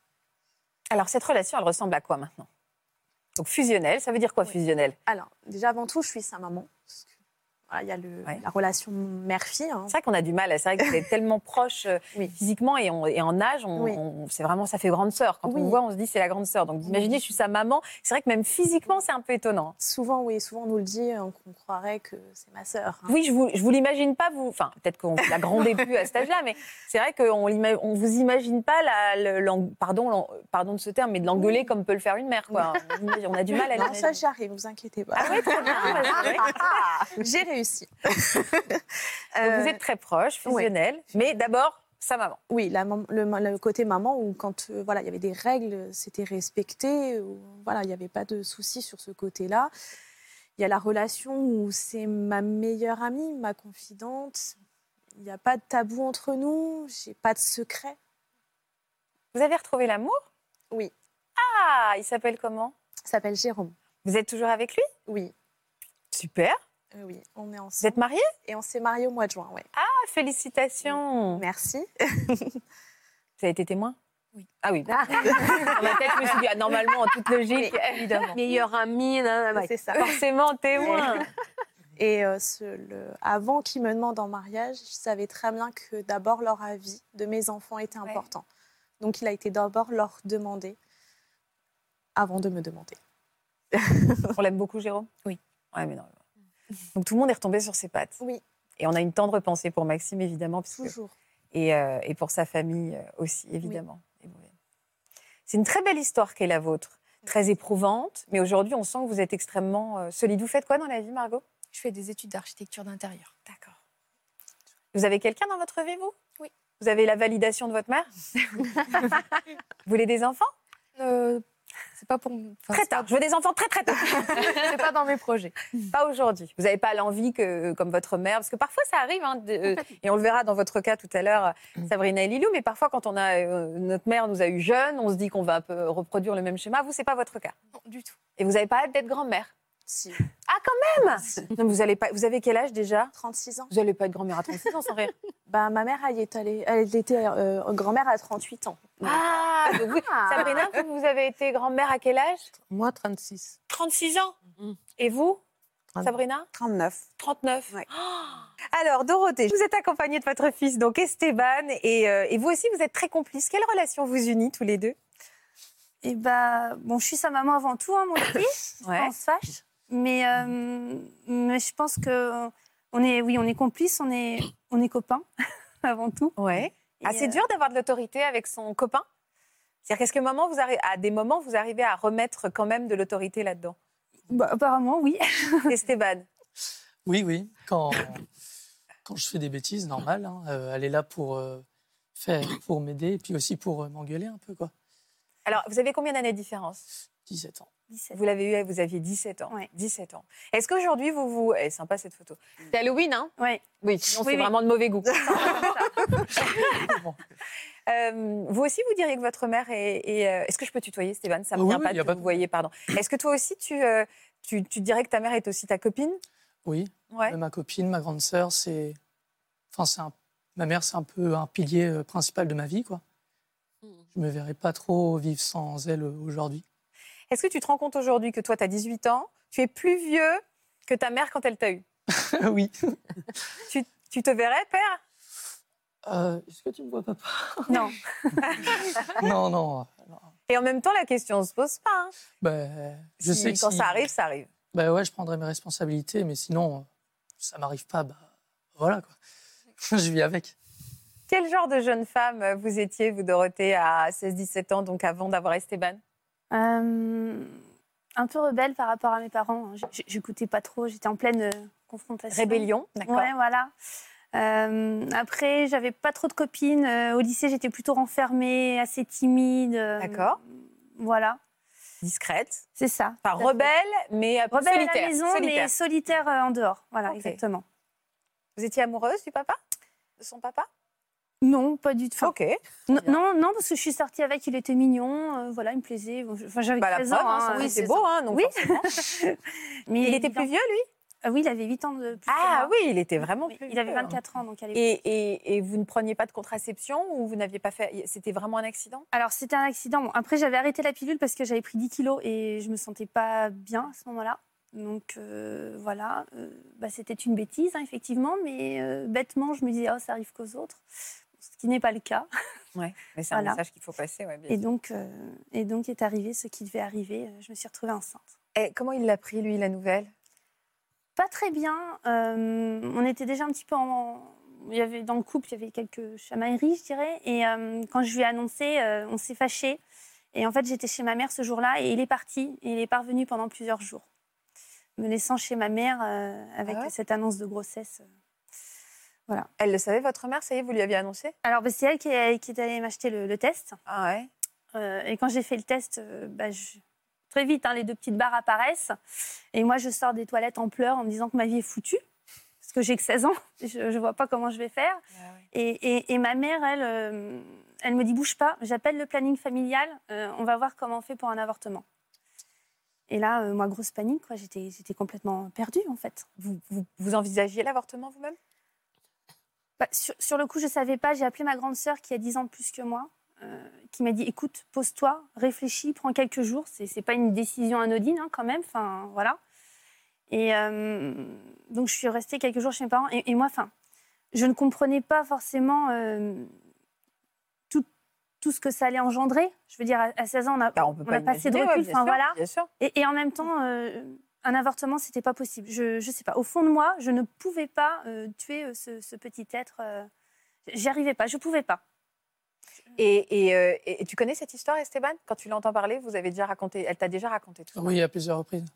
Alors, cette relation, elle ressemble à quoi maintenant? Donc, fusionnelle, ça veut dire quoi, Oui. fusionnelle? alors, déjà avant tout, je suis sa maman. Parce que, voilà, il y a le, Ouais. la relation mère-fille. Hein. C'est vrai qu'on a du mal. C'est vrai que vous êtes tellement proches euh, Oui. physiquement et, on- et en âge. On, Oui. on- c'est vraiment, ça fait grande sœur. Quand Oui. on vous voit, on se dit c'est la grande sœur. Donc, imaginez, je suis sa maman. C'est vrai que même physiquement, c'est un peu étonnant. Souvent, oui, souvent on nous le dit, on, on croirait que c'est ma sœur. hein. Oui, je vous, je vous l'imagine pas, vous. Enfin, peut-être qu'on la grandait plus à cet âge-là, mais c'est vrai qu'on l'ima- on vous imagine pas, la, le- l'en- pardon, l'en- pardon de ce terme, mais de l'engueuler Oui. comme peut le faire une mère. Quoi. On, imagine- on a du mal à Non, l'imaginer. ça, j'y arrive, ne vous inquiétez pas. Ah oui, très bien. bah, c'est vrai que- J'ai réussi. Donc, Euh, vous êtes très proches, ouais. fusionnels, mais d'abord, sa maman. Oui, la mam- le, le côté maman, où quand euh, voilà, il y avait des règles, c'était respecté. Où, voilà, il n'y avait pas de soucis sur ce côté-là. Il y a la relation où c'est ma meilleure amie, ma confidente. Il n'y a pas de tabou entre nous, j'ai pas de secret. Vous avez retrouvé l'amour? Oui. Ah, il s'appelle comment? Il s'appelle Jérôme. Vous êtes toujours avec lui? Oui, Super. euh, oui, on est Vous ensemble. êtes mariés? Et on s'est mariés au mois de juin, ouais. Ah, félicitations. Merci. Vous avez été témoin? Oui. Ah oui. Dans ma tête, je me suis dit, ah, normalement, en toute logique, évidemment. Meilleur ami, nan, nan, ouais. C'est ça. Forcément, témoin. Et euh, ce, le, avant qu'ils me demandent en mariage, je savais très bien que d'abord leur avis de mes enfants était Ouais. important. Donc il a été d'abord leur demander avant de me demander. On l'aime beaucoup, Jérôme? Oui. Ouais, mais non. Donc tout le monde est retombé sur ses pattes. Oui, Et on a une tendre pensée pour Maxime, évidemment. Parce que- toujours. et, euh, et pour sa famille euh, aussi, évidemment. Et bon, c'est une très belle histoire qu'est la vôtre. Très éprouvante. Mais aujourd'hui, on sent que vous êtes extrêmement euh, solide. Vous faites quoi dans la vie, Margot? Je fais des études d'architecture d'intérieur. D'accord. Vous avez quelqu'un dans votre vie, vous? Oui. Vous avez la validation de votre mère? Vous voulez des enfants? Euh, C'est pas pour... Enfin, Très c'est pas- tard. Je veux des enfants très très tard. C'est pas dans mes projets. Pas aujourd'hui. Vous n'avez pas l'envie que, comme votre mère, parce que parfois ça arrive, hein, de- euh, et on le verra dans votre cas tout à l'heure, Sabrina et Lilou, mais parfois quand on a, euh, notre mère nous a eu jeunes, on se dit qu'on va un peu reproduire le même schéma. Vous, c'est pas votre cas. Non, du tout. Et vous n'avez pas hâte d'être grand-mère. Si. Ah, quand même. Non, mais vous, allez pas, vous avez quel âge déjà? trente-six ans. Vous n'allez pas être grand-mère à trente-six ans sans rire. Bah, ma mère, elle, y est allée, elle était euh, grand-mère à trente-huit ans. Ah, donc vous- Sabrina, vous, vous avez été grand-mère à quel âge? Moi, trente-six. trente-six ans. Et vous, Sabrina? trente-neuf. trente-neuf. Ouais. Oh. Alors, Dorothée, vous êtes accompagnée de votre fils, donc Esteban, et, euh, et vous aussi, vous êtes très complices. Quelle relation vous unit tous les deux? Et bah, bon, je suis sa maman avant tout, hein, mon petit. Ouais. On se fâche. Mais, euh, mais je pense que on est, oui, on est complices, on est, on est copains avant tout. Ouais. Et, Ah, c'est euh, dur d'avoir de l'autorité avec son copain? C'est-à-dire qu'est-ce que moment vous arri- à des moments, vous arrivez à remettre quand même de l'autorité là-dedans? Bah, apparemment, oui. Esteban. Oui, oui. Quand, quand je fais des bêtises, normal. Hein, euh, elle est là pour, euh, faire, pour m'aider et puis aussi pour euh, m'engueuler un peu, quoi. Alors, vous avez combien d'années de différence? dix-sept ans. dix-sept. Vous l'avez eu, vous aviez dix-sept ans. Ouais. dix-sept ans. Est-ce qu'aujourd'hui, vous vous... Elle est sympa cette photo. C'est Halloween, hein? Ouais. Oui, sinon Oui, c'est oui. vraiment de mauvais goût. Bon. Euh, vous aussi, vous diriez que votre mère est... est, euh, Est-ce que je peux tutoyer, Stéphane? Ça ne me Oui, vient oui, pas y de a que pas vous de- voyez, pardon. Est-ce que toi aussi, tu, euh, tu, tu dirais que ta mère est aussi ta copine? Oui. Ouais. Euh, Ma copine, ma grande sœur, c'est... Enfin, c'est un... ma mère, c'est un peu un pilier euh, principal de ma vie, quoi. Je me verrais pas trop vivre sans elle euh, aujourd'hui. Est-ce que tu te rends compte aujourd'hui que toi, tu as dix-huit ans, tu es plus vieux que ta mère quand elle t'a eu? Oui. tu, tu te verrais, père? Euh, Est-ce que tu me vois, papa? Non. Non, non. non. Et en même temps, la question ne se pose pas. Hein. Ben, je Si- sais que quand si- ça arrive, ça arrive. Ben ouais, je prendrai mes responsabilités, mais sinon, euh, ça m'arrive pas, bah voilà, quoi. Je vis avec. Quel genre de jeune femme euh, vous étiez, vous, Dorothée, à seize dix-sept ans, donc avant d'avoir Esteban? Euh, un peu rebelle par rapport à mes parents. Je n'écoutais pas trop, j'étais en pleine euh, confrontation. Rébellion, d'accord. Ouais, voilà. Euh, après, j'avais pas trop de copines. Euh, au lycée, j'étais plutôt renfermée, assez timide. euh, D'accord. Voilà, Discrète. c'est ça. Enfin, tout à fait. rebelle, mais euh, Rebelle solitaire. à la maison, solitaire. mais solitaire euh, en dehors. Voilà, Ok. exactement. Vous étiez amoureuse du papa? De son papa? Non, pas du tout. Enfin, Ok. non, non, non, parce que je suis sortie avec, il était mignon. euh, voilà, il me plaisait. Bon, je- Enfin, j'avais Bah, la treize preuve, ans. hein, hein, oui, euh, c'est seize beau, ans. hein, donc Oui. forcément. Mais Il était plus vieux, lui? Ah oui, il avait huit ans de plus. que Ah moi. oui, il était vraiment Oui, plus il avait vieux. vingt-quatre ans, donc à l'époque. Et, et, et vous ne preniez pas de contraception ou vous n'aviez pas fait... C'était vraiment un accident? Alors, c'était un accident. Bon, après, j'avais arrêté la pilule parce que j'avais pris dix kilos et je me sentais pas bien à ce moment-là. Donc, euh, voilà. Euh, bah, c'était une bêtise, hein, effectivement. Mais euh, bêtement, je me disais, oh, ça arrive qu'aux autres. Ce qui n'est pas le cas. Ouais, mais c'est Voilà. un message qu'il faut passer, ouais, bien Et sûr. donc, euh, et donc est arrivé ce qui devait arriver. Je me suis retrouvée enceinte. Et comment il l'a pris, lui, la nouvelle? Pas très bien. Euh, on était déjà un petit peu en... Il y avait, dans le couple, il y avait quelques chamailleries, je dirais. Et euh, quand je lui ai annoncé, euh, on s'est fâchés. Et en fait, j'étais chez ma mère ce jour-là et il est parti. Et il est pas revenu pendant plusieurs jours, me laissant chez ma mère euh, avec Ah ouais cette annonce de grossesse. Voilà. Elle le savait, votre mère? Ça y est, vous lui aviez annoncé? Alors, bah, c'est elle qui est, qui est allée m'acheter le, le test. Ah ouais. Euh, et quand j'ai fait le test, euh, bah, je- très vite, hein, les deux petites barres apparaissent. Et moi, je sors des toilettes en pleurs en me disant que ma vie est foutue. Parce que j'ai que seize ans. Je ne vois pas comment je vais faire. Ah ouais. Et, et- et ma mère, elle, euh, elle me dit, bouge pas, j'appelle le planning familial, euh, on va voir comment on fait pour un avortement. Et là, euh, moi, grosse panique, quoi. J'étais, j'étais complètement perdue, en fait. Vous, vous, vous envisagiez l'avortement vous-même? Bah, sur, sur le coup, je ne savais pas. J'ai appelé ma grande sœur qui a dix ans de plus que moi, euh, qui m'a dit, écoute, pose-toi, réfléchis, prends quelques jours. Ce n'est pas une décision anodine, hein, quand même. Enfin, voilà. Et euh, donc, je suis restée quelques jours chez mes parents. Et, et moi, enfin, je ne comprenais pas forcément euh, tout, tout ce que ça allait engendrer. Je veux dire, à, à seize ans, on a, Bah, on peut on pas a pas assez de imaginer, recul. ouais, bien Enfin, sûr, voilà. bien sûr. Et, et en même temps, euh, un avortement, c'était pas possible. Je, je sais pas. Au fond de moi, je ne pouvais pas euh, tuer euh, ce, ce petit être. Euh, J'y arrivais pas. Je pouvais pas. Et, et, euh, et tu connais cette histoire, Esteban? Quand tu l'entends parler, vous avez déjà raconté, elle t'a déjà raconté tout ça. Oui, à plusieurs reprises.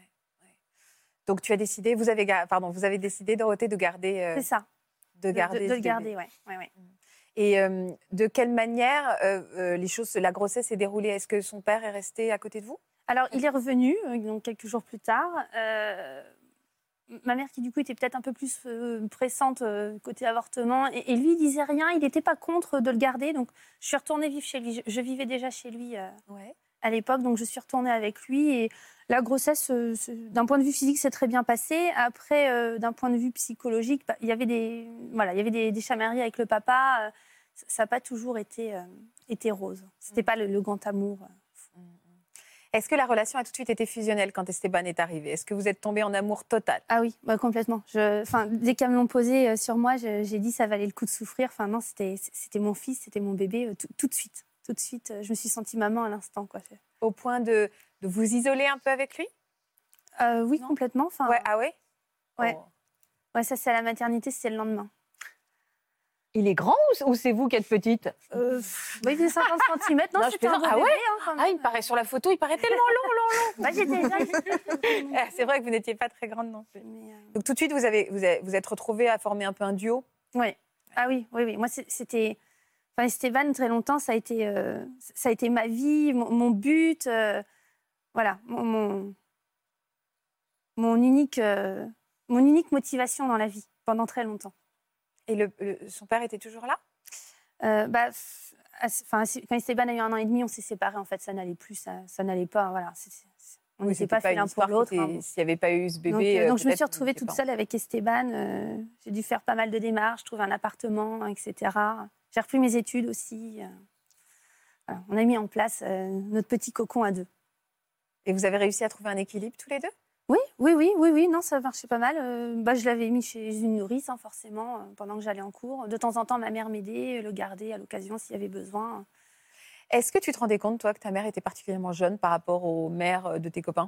Donc tu as décidé, vous avez, ga- pardon, vous avez décidé, Dorothée, de garder, euh, C'est ça. de De, garder, de- de ce le bébé. garder, ouais. ouais, ouais. Et euh, de quelle manière euh, euh, les choses, la grossesse s'est déroulée? Est-ce que son père est resté à côté de vous? Alors, il est revenu, euh, donc quelques jours plus tard. Euh, ma mère, qui du coup était peut-être un peu plus euh, pressante euh, côté avortement, et, et lui, il disait rien, il n'était pas contre de le garder. Donc, je suis retournée vivre chez lui. Je, je vivais déjà chez lui euh, Ouais. à l'époque, donc je suis retournée avec lui. Et la grossesse, euh, d'un point de vue physique, s'est très bien passée. Après, euh, d'un point de vue psychologique, bah, il y avait des, voilà, il y avait des, des chamailleries avec le papa. Euh, ça n'a pas toujours été, euh, été rose. C'était pas le, le grand amour. Est-ce que la relation a tout de suite été fusionnelle quand Esteban est arrivé? Est-ce que vous êtes tombés en amour total? Ah oui, bah, complètement. Je, enfin, dès qu'elles me l'ont posé euh, sur moi, je- j'ai dit ça valait le coup de souffrir. Enfin, non, c'était, c'était mon fils, c'était mon bébé, euh, tout, tout de suite. Tout de suite, euh, je me suis sentie maman à l'instant, quoi. Au point de, de vous isoler un peu avec lui? Euh, oui, complètement. Enfin, Ouais, ah ouais? ouais. Oh. Ouais, ça, c'est à la maternité, c'est le lendemain. Il est grand ou, ou c'est vous qui êtes petite? Euh, pff, bah, il faisait cinquante centimètres. Non, Non, je c'était un plaisante. beau Ah bébé, ouais hein, quand Ah, même. il paraît sur la photo, il paraît tellement long, long, long. Bah, j'étais jeune. Ah, c'est vrai que vous n'étiez pas très grande non plus. Mais, euh, Donc tout de suite, vous avez, vous avez- vous êtes retrouvés à former un peu un duo? Ouais. Ah oui, oui, oui. Moi, c'est- c'était... Enfin, Esteban, très longtemps, ça a été, euh, ça a été ma vie, mon, mon but. euh, voilà, mon, mon, mon unique, euh, mon unique motivation dans la vie, pendant très longtemps. Et le, le- son père était toujours là? Euh, bah, f- as- enfin, si- quand Esteban a eu un an et demi, on s'est séparés. En fait, ça n'allait plus, ça, ça n'allait pas. Voilà, c'est- c'est- on Oui, n'était c'était pas fait une l'un pour histoire qui l'autre. était- hein. S'il n'y avait pas eu ce Donc, bébé... euh, euh, donc je me peut-être suis que vous retrouvée n'étiez toute pas. seule avec Esteban. euh, j'ai dû faire pas mal de démarches, trouver un appartement, et cetera. J'ai repris mes études aussi. euh. Voilà, on a mis en place euh, notre petit cocon à deux. Et vous avez réussi à trouver un équilibre tous les deux? Oui, oui, oui, oui, oui, non, ça marchait pas mal. Euh, bah, je l'avais mis chez une nourrice, hein, forcément, euh, pendant que j'allais en cours. De temps en temps, ma mère m'aidait, le gardait à l'occasion s'il y avait besoin. Est-ce que tu te rendais compte, toi, que ta mère était particulièrement jeune par rapport aux mères de tes copains?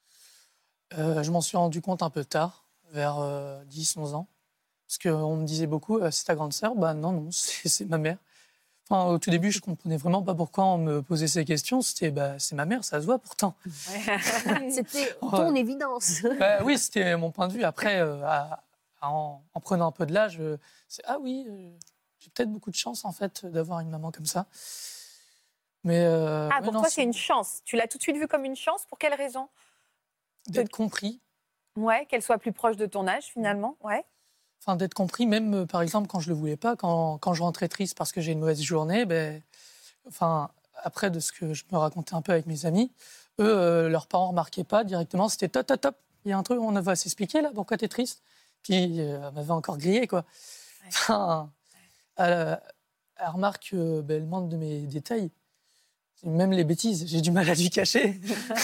Euh, je m'en suis rendu compte un peu tard, vers euh, dix onze ans. Parce qu'on me disait beaucoup, euh, c'est ta grande sœur? Bah non, non, c'est c'est ma mère. Enfin, au tout début, je comprenais vraiment pas pourquoi on me posait ces questions. C'était, bah, c'est ma mère, ça se voit pourtant. C'était ton évidence. Bah, oui, c'était mon point de vue. Après, euh, à- à en, en prenant un peu de l'âge, euh, c'est ah oui, euh, j'ai peut-être beaucoup de chance en fait d'avoir une maman comme ça. Mais euh, Ah, ouais, pour non, toi, c'est une chance. Tu l'as tout de suite vu comme une chance. Pour quelle raison? d'être compris. Ouais, qu'elle soit plus proche de ton âge, finalement. Ouais. Enfin, d'être compris, même euh, par exemple quand je le voulais pas, quand, quand je rentrais triste parce que j'ai une mauvaise journée, ben, enfin, après de ce que je me racontais un peu avec mes amis, eux, euh, leurs parents remarquaient pas directement, c'était top, top, top, il y a un truc, on va s'expliquer là, pourquoi t'es triste? Puis euh, elle m'avait encore grillé, quoi. Ouais. Enfin, elle, elle remarque euh, ben, le manque de mes détails, même les bêtises, j'ai du mal à lui cacher.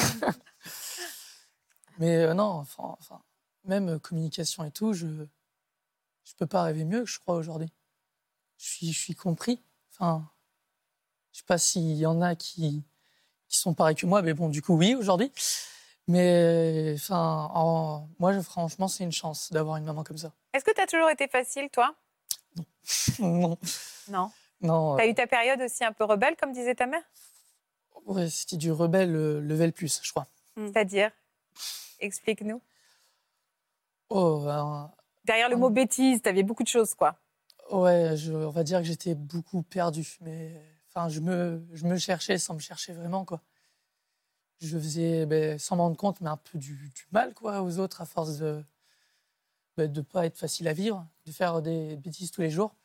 Mais euh, non, enfin, enfin, même euh, communication et tout, je je peux pas rêver mieux que je crois aujourd'hui. Je suis, je suis compris. Enfin, je sais pas s'il y en a qui, qui sont pareils que moi, mais bon, du coup, oui, aujourd'hui. Mais enfin, en- moi, je- franchement, c'est une chance d'avoir une maman comme ça. Est-ce que tu as toujours été facile, toi? non, Non. non. Tu euh, as eu ta période aussi un peu rebelle, comme disait ta mère? ouais, c'était du rebelle euh, level plus, je crois. C'est-à-dire? Explique-nous. Oh, ben, Derrière le Hum. mot bêtise, tu avais beaucoup de choses, quoi. ouais, je, on va dire que j'étais beaucoup perdu, mais enfin, je me, je me cherchais sans me chercher vraiment, quoi. Je faisais, ben, sans m'en rendre compte, mais un peu du, du mal, quoi, aux autres, à force de ben, de pas être facile à vivre, de faire des bêtises tous les jours.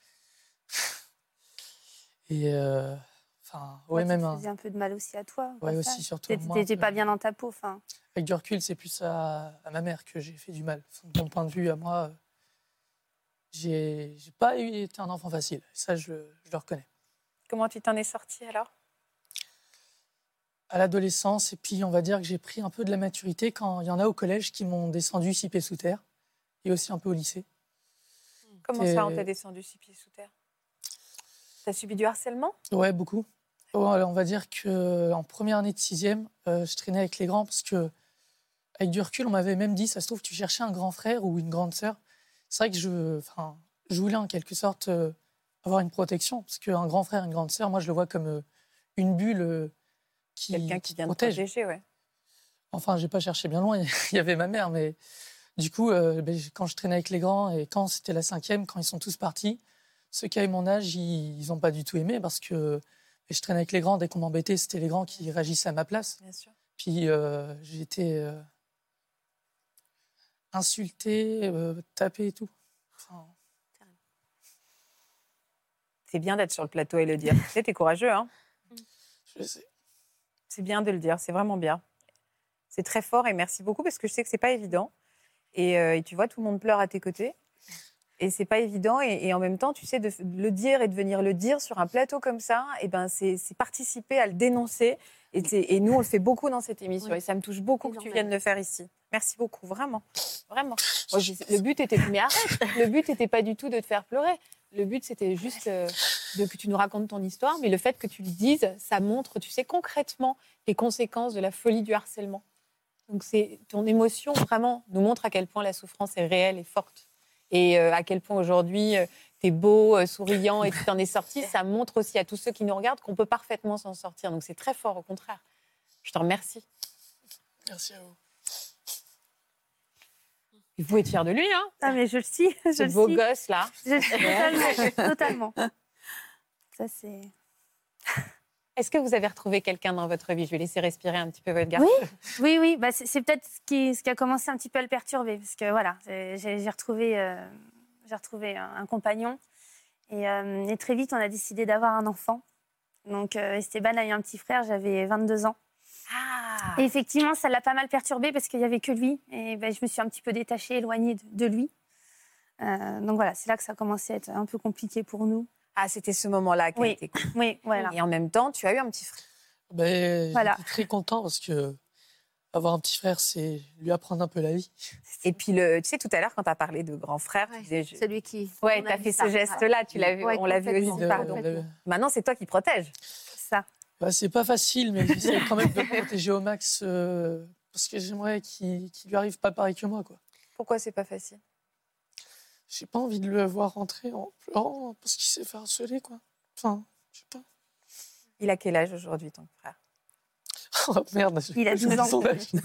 Et euh, enfin, ouais, Ouais, même ça te un- faisait un peu de mal aussi à toi. au ouais, passage. aussi, surtout. T'étais moi, t'étais un peu. pas bien dans ta peau. Enfin, Avec du recul, c'est plus à, à ma mère que j'ai fait du mal. Enfin, de mon point de vue, à moi, euh, j'ai j'ai pas eu, été un enfant facile. Ça, je, je le reconnais. Comment tu t'en es sortie, alors? À l'adolescence, et puis on va dire que j'ai pris un peu de la maturité quand il y en a au collège qui m'ont descendu six pieds sous terre, et aussi un peu au lycée. Comment T'es- ça, on t'a descendu six pieds sous terre? T'as subi du harcèlement? Ouais, beaucoup. Oh, alors, on va dire qu'en première année de sixième, euh, je traînais avec les grands parce que, avec du recul, on m'avait même dit, ça se trouve, tu cherchais un grand frère ou une grande sœur. C'est vrai que je, enfin, je voulais en quelque sorte euh, avoir une protection, parce qu'un grand frère, une grande sœur, moi, je le vois comme euh, une bulle euh, qui, Quelqu'un qui vient de protège. protéger, ouais. Enfin, j'ai pas cherché bien loin, il y avait ma mère, mais du coup, euh, ben, quand je traînais avec les grands et quand c'était la cinquième, quand ils sont tous partis, ceux qui avaient mon âge, ils n'ont pas du tout aimé parce que je traînais avec les grands. Dès qu'on m'embêtait, c'était les grands qui réagissaient à ma place. Bien sûr. Puis euh, j'ai été euh, insultée, euh, tapée et tout. Enfin... C'est bien d'être sur le plateau et le dire. Tu sais, t'es courageux, hein? Je sais. C'est bien de le dire, c'est vraiment bien. C'est très fort et merci beaucoup parce que je sais que c'est pas évident. Et, euh, et tu vois, tout le monde pleure à tes côtés. Et c'est pas évident. Et, et en même temps, tu sais, de, de le dire et de venir le dire sur un plateau comme ça, et ben c'est, c'est participer à le dénoncer. Et, c'est, et nous, on le fait beaucoup dans cette émission. Oui. Et ça me touche beaucoup que tu viennes le faire ici. Merci beaucoup, vraiment. Vraiment. Moi, je, le but était... Mais arrête. Le but n'était pas du tout de te faire pleurer. Le but, c'était juste euh, de, que tu nous racontes ton histoire. Mais le fait que tu le dises, ça montre, tu sais, concrètement les conséquences de la folie du harcèlement. Donc, c'est, ton émotion, vraiment, nous montre à quel point la souffrance est réelle et forte. Et euh, à quel point, aujourd'hui, euh, tu es beau, euh, souriant et tu t'en es sorti. Ça montre aussi à tous ceux qui nous regardent qu'on peut parfaitement s'en sortir. Donc, c'est très fort, au contraire. Je te remercie. Merci à vous. Il faut être fier de lui, hein? Ah, mais je le suis. Je Ce le beau suis. gosse, là. Je le suis totalement. totalement. Ça, c'est... Est-ce que vous avez retrouvé quelqu'un dans votre vie? Je vais laisser respirer un petit peu votre garçon. Oui, oui, oui. Bah, c'est, c'est peut-être ce qui, ce qui a commencé un petit peu à le perturber. Parce que voilà, j'ai, j'ai retrouvé, euh, j'ai retrouvé un, un compagnon. Et, euh, et très vite, on a décidé d'avoir un enfant. Donc, euh, Esteban a eu un petit frère, j'avais vingt-deux ans. Ah. Et effectivement, ça l'a pas mal perturbé parce qu'il n'y avait que lui. Et ben, je me suis un petit peu détachée, éloignée de, de lui. Euh, donc voilà, c'est là que ça a commencé à être un peu compliqué pour nous. Ah, c'était ce moment-là qui oui. a été cool. Oui, voilà. Et en même temps, tu as eu un petit frère. Ben, voilà. J'étais très content parce que avoir un petit frère, c'est lui apprendre un peu la vie. Et puis, le, tu sais, tout à l'heure, quand tu as parlé de grand frère, ouais, tu disais... Je... Celui qui... Ouais, tu as fait ce geste-là, tu l'as vu, ouais, on l'a vu aussi, de, pardon. de, de... Maintenant, c'est toi qui protèges. Ça. Bah, c'est pas facile, mais j'essaie quand même de le protéger au max euh, parce que j'aimerais qu'il, qu'il lui arrive pas pareil que moi, quoi. Pourquoi c'est pas facile? J'ai pas envie de le voir rentrer en pleurant parce qu'il s'est fait harceler, quoi. Enfin, je sais pas. Il a quel âge aujourd'hui, ton frère? Oh merde, il a douze ans.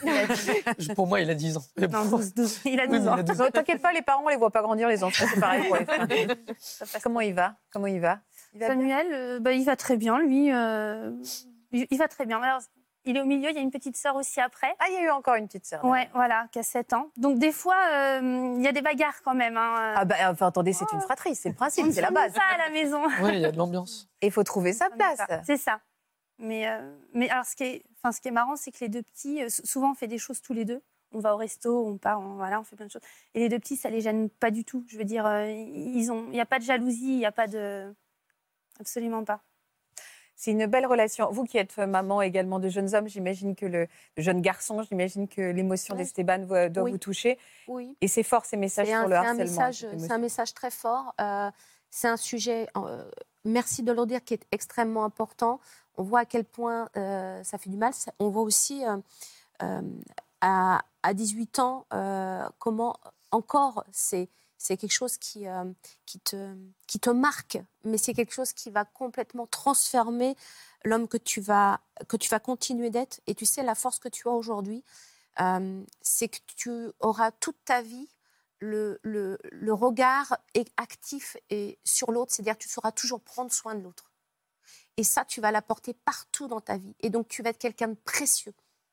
Pour moi, il a dix ans. Mais bon. Non, douze, douze. Il a douze oui, ans. douze ans. T'inquiète pas, les parents, on les voit pas grandir, les enfants, c'est pareil pour les frères. Comment il va? Comment il va, il va Samuel, euh, bah, il va très bien, lui. Euh, il, il va très bien. Alors, il est au milieu, il y a une petite sœur aussi après. Ah, il y a eu encore une petite sœur. Ouais, voilà, qui a sept ans. Donc, des fois, euh, il y a des bagarres quand même. Hein. Ah, bah, enfin, attendez, c'est oh. une fratrie, c'est le principe, on c'est la base. ça à la maison. Oui, il y a de l'ambiance. Et il faut trouver sa place. C'est ça. Mais, euh, mais alors, ce qui est, enfin, ce qui est marrant, c'est que les deux petits, euh, souvent, on fait des choses tous les deux. On va au resto, on part, on, voilà, on fait plein de choses. Et les deux petits, ça les gêne pas du tout. Je veux dire, euh, ils ont, il n'y a pas de jalousie, il n'y a pas de... Absolument pas. C'est une belle relation. Vous qui êtes maman également de jeunes hommes, j'imagine que le, le jeune garçon, j'imagine que l'émotion ouais. d'Esteban doit, doit oui. vous toucher. Oui. Et c'est fort ces messages c'est sur un, le c'est harcèlement. Un message, c'est un message très fort. Euh, c'est un sujet, euh, merci de le dire, qui est extrêmement important. On voit à quel point euh, ça fait du mal. On voit aussi euh, euh, à, à dix-huit ans euh, comment encore c'est... C'est quelque chose qui, euh, qui, te, qui te marque, mais c'est quelque chose qui va complètement transformer l'homme que tu vas, que tu vas continuer d'être. Et tu sais, la force que tu as aujourd'hui, euh, c'est que tu auras toute ta vie le, le, le regard actif et sur l'autre, c'est-à-dire que tu sauras toujours prendre soin de l'autre. Et ça, tu vas l'apporter partout dans ta vie. Et donc, tu vas être quelqu'un de précieux.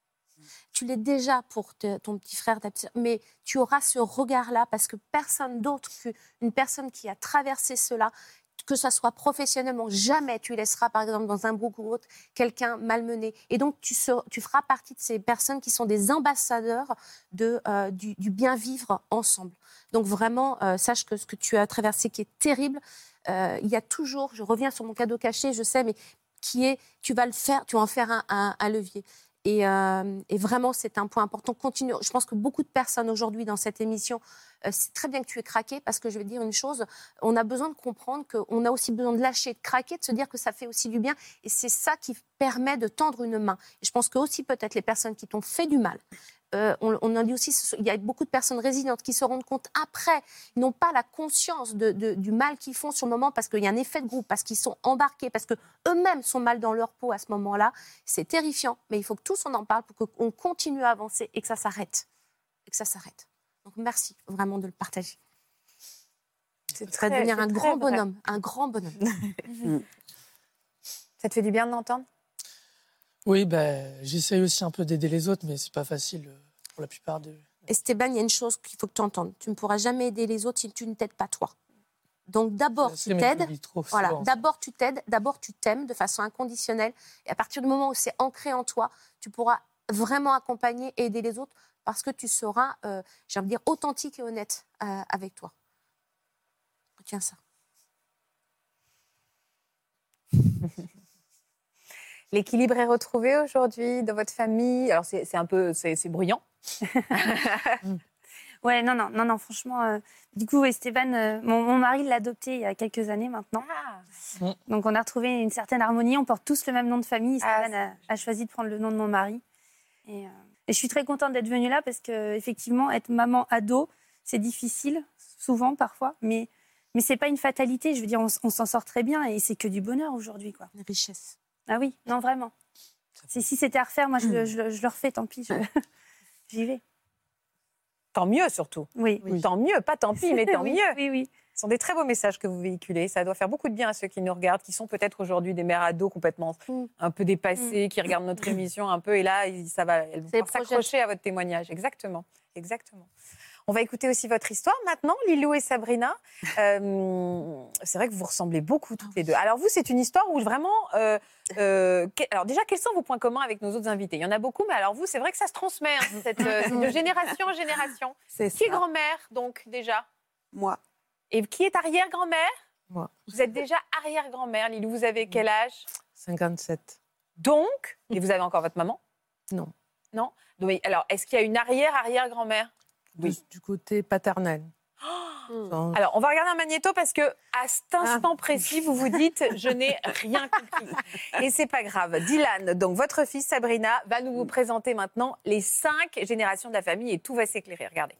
Tu l'es déjà pour te, ton petit frère, ta petite, mais tu auras ce regard-là parce que personne d'autre qu'une personne qui a traversé cela, que ce soit professionnellement, jamais tu laisseras, par exemple, dans un groupe ou autre, quelqu'un malmené. Et donc, tu, ser, tu feras partie de ces personnes qui sont des ambassadeurs de, euh, du, du bien-vivre ensemble. Donc, vraiment, euh, sache que ce que tu as traversé, qui est terrible, euh, il y a toujours, je reviens sur mon cadeau caché, je sais, mais qui est, tu vas le faire, tu vas en faire un, un, un levier. Et, euh, et vraiment, c'est un point important. Continue. Je pense que beaucoup de personnes aujourd'hui dans cette émission, euh, c'est très bien que tu aies craqué parce que je vais te dire une chose, on a besoin de comprendre qu'on a aussi besoin de lâcher, de craquer, de se dire que ça fait aussi du bien. Et c'est ça qui permet de tendre une main. Et je pense que aussi peut-être les personnes qui t'ont fait du mal, euh, on, on en dit aussi, il y a beaucoup de personnes résilientes qui se rendent compte après, ils n'ont pas la conscience de, de, du mal qu'ils font sur le moment parce qu'il y a un effet de groupe, parce qu'ils sont embarqués, parce qu'eux-mêmes sont mal dans leur peau à ce moment-là. C'est terrifiant, mais il faut que tous on en parle pour qu'on continue à avancer et que ça s'arrête. Et que ça s'arrête. Donc merci vraiment de le partager. Tu vas devenir un grand bonhomme, un grand bonhomme. Ça te fait du bien de l'entendre? Oui, ben, j'essaye aussi un peu d'aider les autres, mais c'est pas facile euh, pour la plupart de... Esteban, il y a une chose qu'il faut que tu entendes. Tu ne pourras jamais aider les autres si tu ne t'aides pas toi. Donc d'abord, tu t'aides. Voilà, d'abord, tu t'aides. D'abord, tu t'aimes de façon inconditionnelle. Et à partir du moment où c'est ancré en toi, tu pourras vraiment accompagner et aider les autres parce que tu seras, euh, j'ai envie de dire, authentique et honnête euh, avec toi. Retiens ça. L'équilibre est retrouvé aujourd'hui dans votre famille. Alors c'est, c'est un peu, c'est, c'est bruyant. Ouais, non, non, non, non, franchement. Euh, du coup, Esteban, euh, mon, mon mari l'a adopté il y a quelques années maintenant. Ah. Donc on a retrouvé une certaine harmonie. On porte tous le même nom de famille. Esteban Ah, a, a choisi de prendre le nom de mon mari. Et, euh, et je suis très contente d'être venue là parce que effectivement, être maman ado, c'est difficile, souvent, parfois, mais mais c'est pas une fatalité. Je veux dire, on, on s'en sort très bien et c'est que du bonheur aujourd'hui, quoi. Une richesse. Ah oui, non, vraiment. Si, si c'était à refaire, moi, je, le- je, le- je le refais, tant pis, je- j'y vais. Tant mieux surtout. Oui. Oui. Tant mieux, pas tant pis, mais tant Oui, mieux. oui, oui. Ce sont des très beaux messages que vous véhiculez. Ça doit faire beaucoup de bien à ceux qui nous regardent, qui sont peut-être aujourd'hui des mères ados complètement Mm. un peu dépassées, qui regardent notre émission un peu et là, ils- ça va, elles vont C'est pouvoir les s'accrocher à votre témoignage. Exactement, exactement. On va écouter aussi votre histoire maintenant, Lilou et Sabrina. Euh, c'est vrai que vous ressemblez beaucoup toutes les deux. Alors vous, c'est une histoire où vraiment... euh, euh, que- alors déjà, quels sont vos points communs avec nos autres invités? Il y en a beaucoup, mais alors vous, c'est vrai que ça se transmet, hein, cette, euh, c'est de génération en génération. C'est Qui est ça. grand-mère, donc, déjà? Moi, Et qui est arrière-grand-mère? Moi, Vous êtes déjà arrière-grand-mère, Lilou. Vous avez quel âge? cinquante-sept. Donc, et vous avez encore votre maman? Non. Non. Donc, alors, est-ce qu'il y a une arrière-arrière-grand-mère? Du, du côté paternel. Mm. Sans- Alors, on va regarder un magnéto parce que à cet instant précis, vous vous dites je n'ai rien compris. Et c'est pas grave. Dylan, donc votre fille Sabrina, va nous vous présenter maintenant les cinq générations de la famille et tout va s'éclairer. Regardez.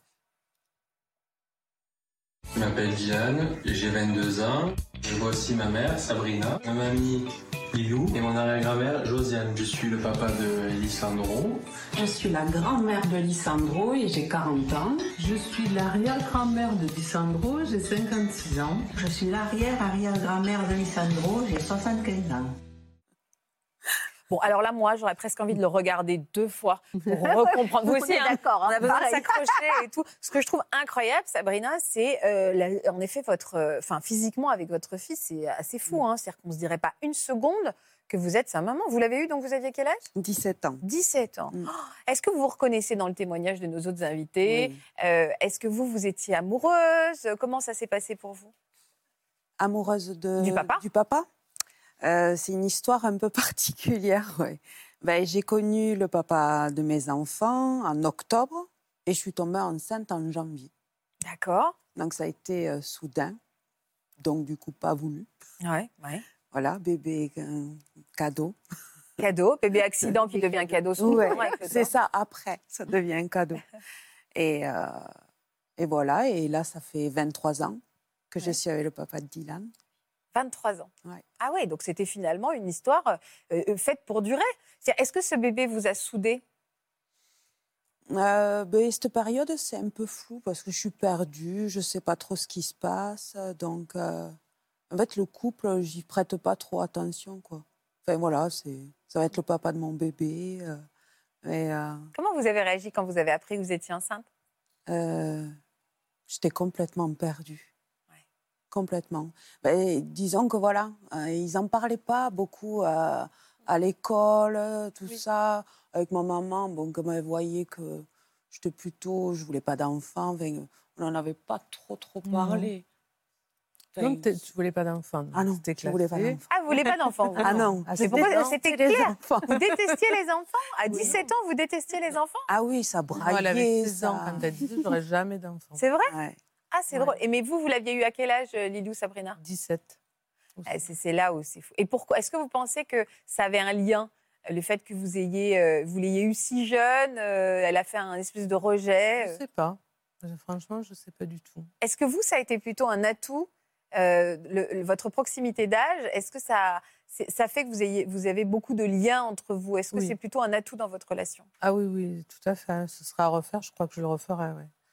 Je m'appelle Dylan, j'ai vingt-deux ans. Je vois aussi ma mère, Sabrina, ma mamie, Lilou, et mon arrière-grand-mère, Josiane. Je suis le papa de Lisandro. Je suis la grand-mère de Lisandro et j'ai quarante ans. Je suis l'arrière-grand-mère de Lisandro, j'ai cinquante-six ans. Je suis l'arrière-arrière-grand-mère de Lisandro, j'ai soixante-quinze ans. Bon, alors là, moi, j'aurais presque envie de le regarder deux fois pour recomprendre. Vous aussi, On est hein, d'accord, on hein, a besoin pareil. de s'accrocher et tout. Ce que je trouve incroyable, Sabrina, c'est euh, la- en effet votre, euh, enfin physiquement avec votre fils, c'est assez fou. Hein, c'est-à-dire qu'on ne se dirait pas une seconde que vous êtes sa maman. Vous l'avez eu, donc vous aviez quel âge? dix-sept ans. dix-sept ans. Mm. Oh, est-ce que vous vous reconnaissez dans le témoignage de nos autres invités? Oui. Euh, Est-ce que vous, vous étiez amoureuse? Comment ça s'est passé pour vous? Amoureuse de, Du papa Du papa Euh, C'est une histoire un peu particulière, ouais. Ben, j'ai connu le papa de mes enfants en octobre et je suis tombée enceinte en janvier. D'accord. Donc ça a été euh, soudain, donc du coup pas voulu. Ouais, ouais. Voilà, bébé euh, cadeau. Cadeau, bébé accident qui devient cadeau. souvent, Ouais, avec le c'est temps. ça, après, ça devient un cadeau. Et, euh, et voilà, et là, ça fait vingt-trois ans que je Ouais. suis avec le papa de Dylan. vingt-trois ans. Ouais. Ah ouais, donc c'était finalement une histoire euh, euh, faite pour durer. C'est- Est-ce que ce bébé vous a soudé? Euh, ben, cette période, c'est un peu flou parce que je suis perdue, je ne sais pas trop ce qui se passe. Donc, euh, en fait, le couple, j'y prête pas trop attention, quoi. Enfin, voilà, c'est, ça va être le papa de mon bébé. euh, et, euh, Comment vous avez réagi quand vous avez appris que vous étiez enceinte? euh, j'étais complètement perdue. Ouais. Complètement. Ben, disons que voilà, euh, ils n'en parlaient pas beaucoup euh, à l'école, tout Oui. ça. Avec ma maman, bon, comme elle voyait que j'étais plutôt, je voulais pas d'enfant, enfin, on n'en avait pas trop, trop parlé. Enfin, Donc, t'es- tu voulais pas d'enfant. ah non, c'était je voulais pas classé. d'enfant. Ah, vous voulez pas d'enfant vous? Ah non, Ah, Mais pourquoi c'était- c'était les clair? enfants. Vous détestiez les enfants? À dix-sept ans, vous détestiez les enfants? Ah oui, ça Moi, elle avait braillait, seize ans ça. quand elle disait j'aurais jamais d'enfant. C'est vrai? Ouais. Ah, c'est Ouais. drôle. Et mais vous, vous l'aviez eu à quel âge, euh, Lilou, Sabrina? dix-sept. Ah, C'est c'est là où c'est fou. Et pourquoi? Est-ce que vous pensez que ça avait un lien? Le fait que vous ayez, euh, vous l'ayez eu si jeune, euh, elle a fait un espèce de rejet. Je euh. sais pas. Franchement, je sais pas du tout. Est-ce que vous, ça a été plutôt un atout, euh, le- le- votre proximité d'âge? Est-ce que ça, c'est- ça fait que vous, ayez, vous avez beaucoup de liens entre vous? Est-ce que Oui. c'est plutôt un atout dans votre relation? Ah oui, oui, tout à fait. Ce sera à refaire. Je crois que je le referai. Ouais.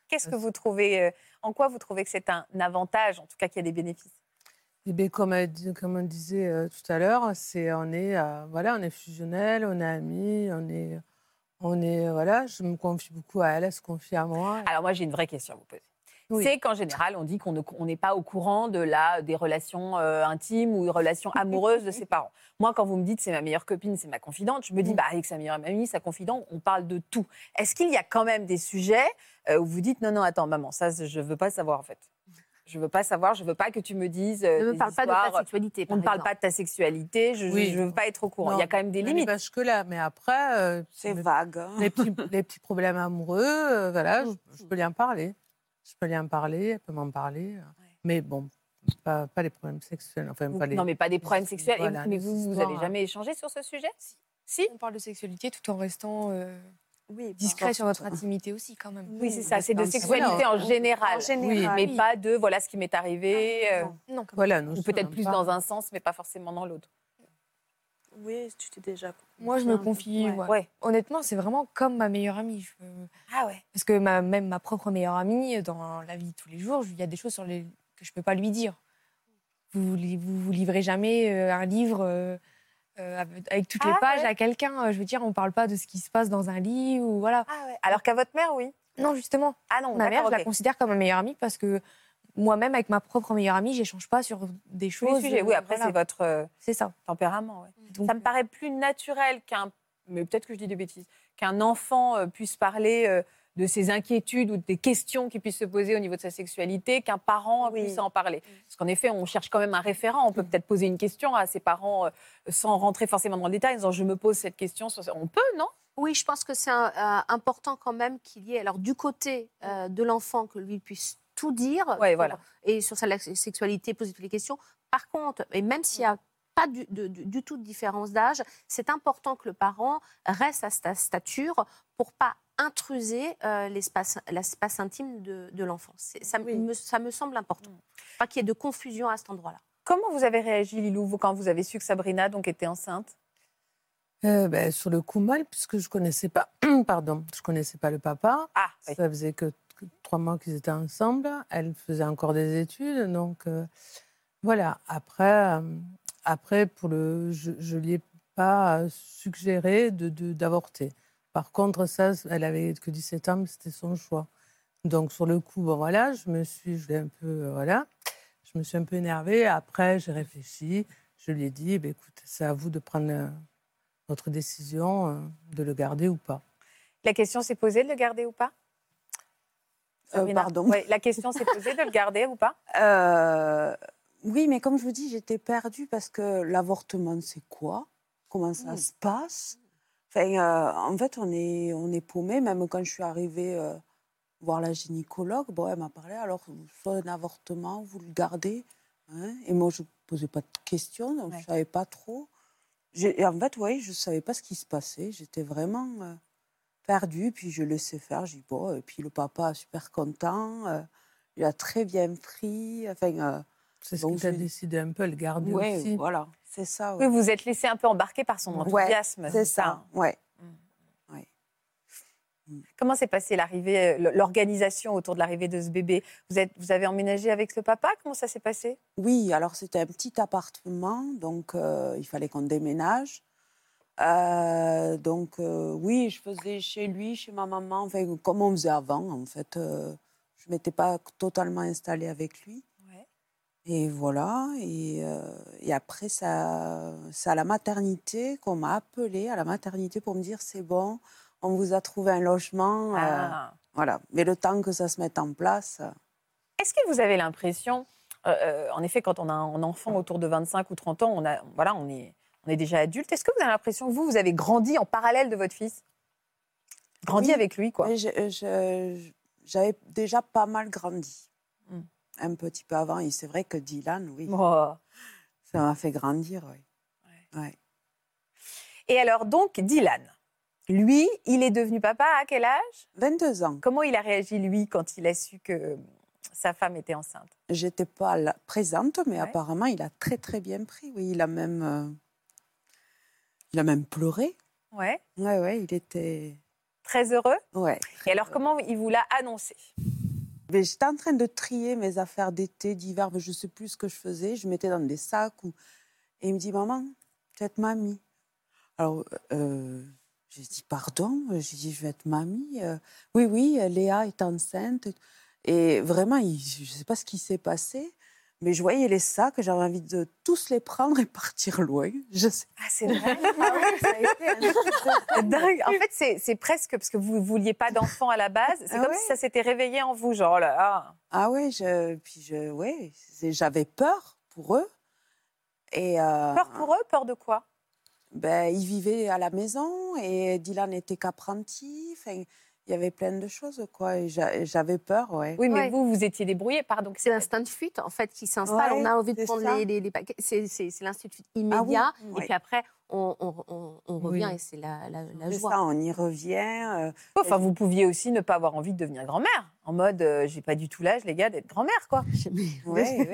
Qu'est-ce que vous trouvez, euh, en quoi vous trouvez que c'est un avantage, en tout cas qu'il y a des bénéfices? Eh bien, comme, elle dit- comme on disait euh, tout à l'heure, c'est on est euh, voilà, on est fusionnel, on est amis, on est on est voilà. Je me confie beaucoup à elle, elle se confie à moi. Alors moi, j'ai une vraie question à vous poser. Oui. C'est qu'en général, on dit qu'on ne- on n'est pas au courant de la, des relations euh, intimes ou des relations amoureuses de ses parents. Moi, quand vous me dites c'est ma meilleure copine, c'est ma confidente, je me dis, bah, avec sa meilleure amie, sa confidente, on parle de tout. Est-ce qu'il y a quand même des sujets euh, où vous dites, non, non, attends, maman, ça, je ne veux pas savoir en fait. Je ne veux pas savoir, je ne veux pas que tu me dises. Euh, Ne me des parle pas de histoires, ta sexualité, par On ne parle exemple. pas de ta sexualité, je ne Oui. veux pas être au courant. Non, Il y a quand même des on limites. n'est pas jusque-là, mais après, euh, C'est les- vague. hein. Les petits, les petits problèmes amoureux, euh, voilà, je, je peux lui en parler. Je peux lui en parler, elle peut m'en parler. euh, Mais bon, pas, pas les problèmes sexuels. Enfin, Vous- pas les... Non, mais pas des problèmes sexuels. Et Voilà, vous- mais les vous, vous histoires, avez jamais échangé sur ce sujet? Si. On parle de sexualité tout en restant euh, Oui, discret sur notre intimité aussi, quand même. Oui, c'est ça, c'est de Voilà. sexualité en général. En général. Mais Oui. pas de voilà ce qui m'est arrivé. euh, Non. Voilà, nous, ou on peut-être en plus parle. dans un sens, mais pas forcément dans l'autre. Oui, tu t'es déjà. Moi, je me confiée un peu. confie. Ouais. ouais. Ouais. Honnêtement, c'est vraiment comme ma meilleure amie. Je- Ah ouais. Parce que ma, même ma propre meilleure amie, dans la vie de tous les jours, il y a des choses sur les, que je ne peux pas lui dire. Vous ne vous, vous livrez jamais euh, un livre euh, euh, avec toutes les Ah pages ouais. à quelqu'un. Je veux dire, on ne parle pas de ce qui se passe dans un lit. Ou voilà. Ah ouais. Alors qu'à votre mère, oui. Non, justement. Ah non, Ma mère, d'accord, je la ok. considère comme ma meilleure amie parce que moi-même, avec ma propre meilleure amie, j'échange pas sur des Tous les choses. sujets. Oui, après, voilà. c'est votre euh, C'est ça. tempérament. ouais. Donc, Ça me paraît plus naturel qu'un, mais peut-être que je dis des bêtises, qu'un enfant euh, puisse parler euh, de ses inquiétudes ou des questions qui puissent se poser au niveau de sa sexualité, qu'un parent Oui. puisse en parler. Parce qu'en effet, on cherche quand même un référent. On peut peut-être poser une question à ses parents euh, sans rentrer forcément dans le détail, en disant je me pose cette question. sur ça. On peut, non? Oui, je pense que c'est un- euh, important quand même qu'il y ait, alors du côté euh, de l'enfant, que lui puisse tout dire. Ouais, pour- voilà. Et sur sa la- sexualité, poser toutes les questions. Par contre, et même s'il n'y a pas du, de- du- du tout de différence d'âge, c'est important que le parent reste à sa stature pour pas intruser euh, l'espace, l'espace intime de, de l'enfant. C'est- Ça, Oui. me, ça me semble important. Pas qu'il y ait de confusion à cet endroit-là. Comment vous avez réagi, Lilou, vous, quand vous avez su que Sabrina donc, était enceinte? Euh, ben, sur le coup mal, puisque je connaissais pas, pardon, je connaissais pas le papa. Ah, oui. Ça faisait que que trois mois qu'ils étaient ensemble. Elle faisait encore des études, donc euh, voilà. Après, euh, après pour le, je, je lui ai pas suggéré de, de- d'avorter. Par contre, ça, elle avait que dix-sept ans, mais c'était son choix. Donc sur le coup, bon voilà, je me suis, je l'ai un peu, euh, voilà, je me suis un peu énervée. Après, j'ai réfléchi. Je lui ai dit, ben, écoute, c'est à vous de prendre euh, votre décision, euh, de le garder ou pas. La question s'est posée de le garder ou pas? Euh, Sabrina. pardon. Ouais, la question s'est posée de le garder ou pas? Euh, oui, mais comme je vous dis, j'étais perdue parce que l'avortement, c'est quoi? Comment ça se passe? Enfin, euh, en fait, on est, on est paumé. Même quand je suis arrivée euh, voir la gynécologue, bon, elle m'a parlé. Alors, soit un avortement, vous le gardez. Hein, et moi, je ne posais pas de questions, donc je ne savais pas trop. J'ai- et en fait, oui, je ne savais pas ce qui se passait. J'étais vraiment euh, perdue. Puis je laissais faire. J'ai dit, bon, et puis le papa, super content. euh, il a très bien pris. Enfin, euh, C'est ce donc qui t'a je- décidé un peu, le garder ouais, aussi. voilà, c'est ça. Oui, ouais. vous êtes laissé un peu embarquer par son Ouais, enthousiasme. c'est ça, ouais. Comment s'est passée l'arrivée, euh, l'organisation autour de l'arrivée de ce bébé? Vous, êtes, vous avez emménagé avec ce papa? Comment ça s'est passé? Oui, alors c'était un petit appartement, donc euh, il fallait qu'on déménage. Euh, donc euh, oui, je faisais chez lui, chez ma maman, enfin, comme on faisait avant, en fait. Euh, je ne m'étais pas totalement installée avec lui. Ouais. Et voilà, et, euh, et après, ça, c'est à la maternité qu'on m'a appelée, à la maternité, pour me dire, c'est bon, on vous a trouvé un logement. euh, Ah. voilà. Mais le temps que ça se mette en place... euh, Est-ce que vous avez l'impression, euh, euh, en effet, quand on a un enfant autour de vingt-cinq ou trente ans, on, a, voilà, on, est, on est déjà adulte. Est-ce que vous avez l'impression que vous, vous avez grandi en parallèle de votre fils? Grandi Oui, avec lui, quoi. mais je- je- j'avais déjà pas mal grandi. Mm. Un petit peu avant. Et c'est vrai que Dylan, oui, Oh. ça m'a fait grandir. Oui. Ouais. Et alors, donc, Dylan, lui, il est devenu papa à quel âge? vingt-deux ans. Comment il a réagi, lui, quand il a su que sa femme était enceinte? J'étais pas là, présente, mais Ouais. apparemment, il a très, très bien pris. Oui, il a même, euh, il a même pleuré. Ouais. Ouais, ouais, il était... Très heureux. Ouais. Et alors, comment il vous l'a annoncé? Mais j'étais en train de trier mes affaires d'été, d'hiver, mais je ne sais plus ce que je faisais. Je mettais dans des sacs. Ou... Et il me dit, maman, tu vas être mamie. Alors, euh, j'ai dit, pardon. J'ai dit, je vais être mamie. Euh, oui, oui, Léa est enceinte. Et vraiment, il, je ne sais pas ce qui s'est passé. Mais je voyais les sacs, j'avais envie de tous les prendre et partir loin. Je sais. Ah, c'est vrai. Ah ouais, ça a été un truc dingue. En fait, c'est, c'est presque parce que vous ne vouliez pas d'enfant à la base. C'est ah comme ouais. si ça s'était réveillé en vous, genre là. Ah, ah ouais, je, puis je, ouais, j'avais peur pour eux. Et euh, peur pour eux, peur de quoi? Ben, ils vivaient à la maison et Dylan n'était qu'apprenti. Enfin, il y avait plein de choses, quoi. Et j'avais peur, ouais. Oui, mais ouais. vous, vous étiez débrouillée, pardon. C'est l'instinct de fuite, en fait, qui s'installe. Ouais, on a envie de prendre ça. les, les, les paquets. C'est, c'est, c'est l'instinct de fuite immédiat. Ah oui, et ouais. puis après, on, on, on, on revient Oui. et c'est la, la, la C'est joie. ça, on y revient. Euh, Enfin, vous pouviez aussi ne pas avoir envie de devenir grand-mère. En mode, euh, j'ai pas du tout l'âge, les gars, d'être grand-mère, quoi. ouais, ouais.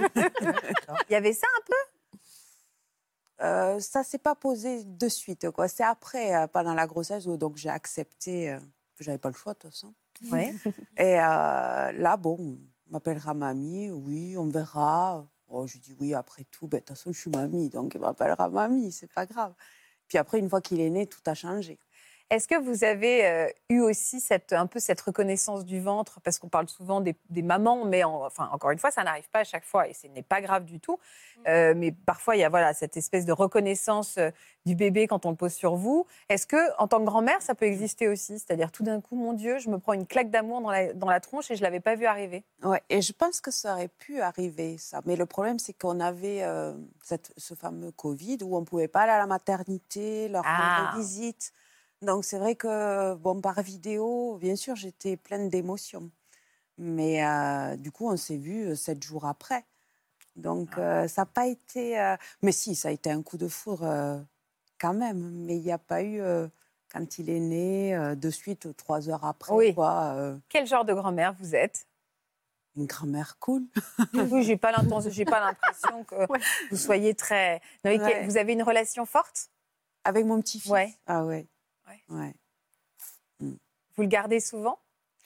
Il y avait ça un peu? Euh, ça s'est pas posé de suite, quoi. C'est après, euh, pendant la grossesse, où donc j'ai accepté euh, que j'avais pas le choix, de toute façon. Ouais. Et euh, là, bon, on m'appellera mamie, oui, on verra. Oh, je dis oui, après tout, ben, de toute façon, je suis mamie, donc il m'appellera mamie, c'est pas grave. Puis après, une fois qu'il est né, tout a changé. Est-ce que vous avez euh, eu aussi cette, un peu cette reconnaissance du ventre? Parce qu'on parle souvent des, des mamans, mais en, enfin, encore une fois, ça n'arrive pas à chaque fois et ce n'est pas grave du tout. Euh, mais parfois, il y a voilà, cette espèce de reconnaissance euh, du bébé quand on le pose sur vous. Est-ce que, en tant que grand-mère, ça peut exister aussi? C'est-à-dire, tout d'un coup, mon Dieu, je me prends une claque d'amour dans la, dans la tronche et je ne l'avais pas vu arriver. Ouais, et je pense que ça aurait pu arriver, ça. Mais le problème, c'est qu'on avait euh, cette, ce fameux Covid où on ne pouvait pas aller à la maternité, leur Ah. rendre visite. Donc, c'est vrai que, bon, par vidéo, bien sûr, j'étais pleine d'émotions. Mais euh, du coup, on s'est vus sept jours après. Donc, euh, ça n'a pas été... Euh... Mais si, ça a été un coup de foudre euh, quand même. Mais il n'y a pas eu, euh, quand il est né, euh, de suite, trois heures après, Oui. quoi. Euh, Quel genre de grand-mère vous êtes? une grand-mère cool. Oui, j'ai pas l'intention, j'ai pas l'impression que Ouais. vous soyez très. Non, mais Ouais. Vous avez une relation forte? Avec mon petit-fils. Ouais. Ah ouais. Ouais. Ouais. Vous le gardez souvent?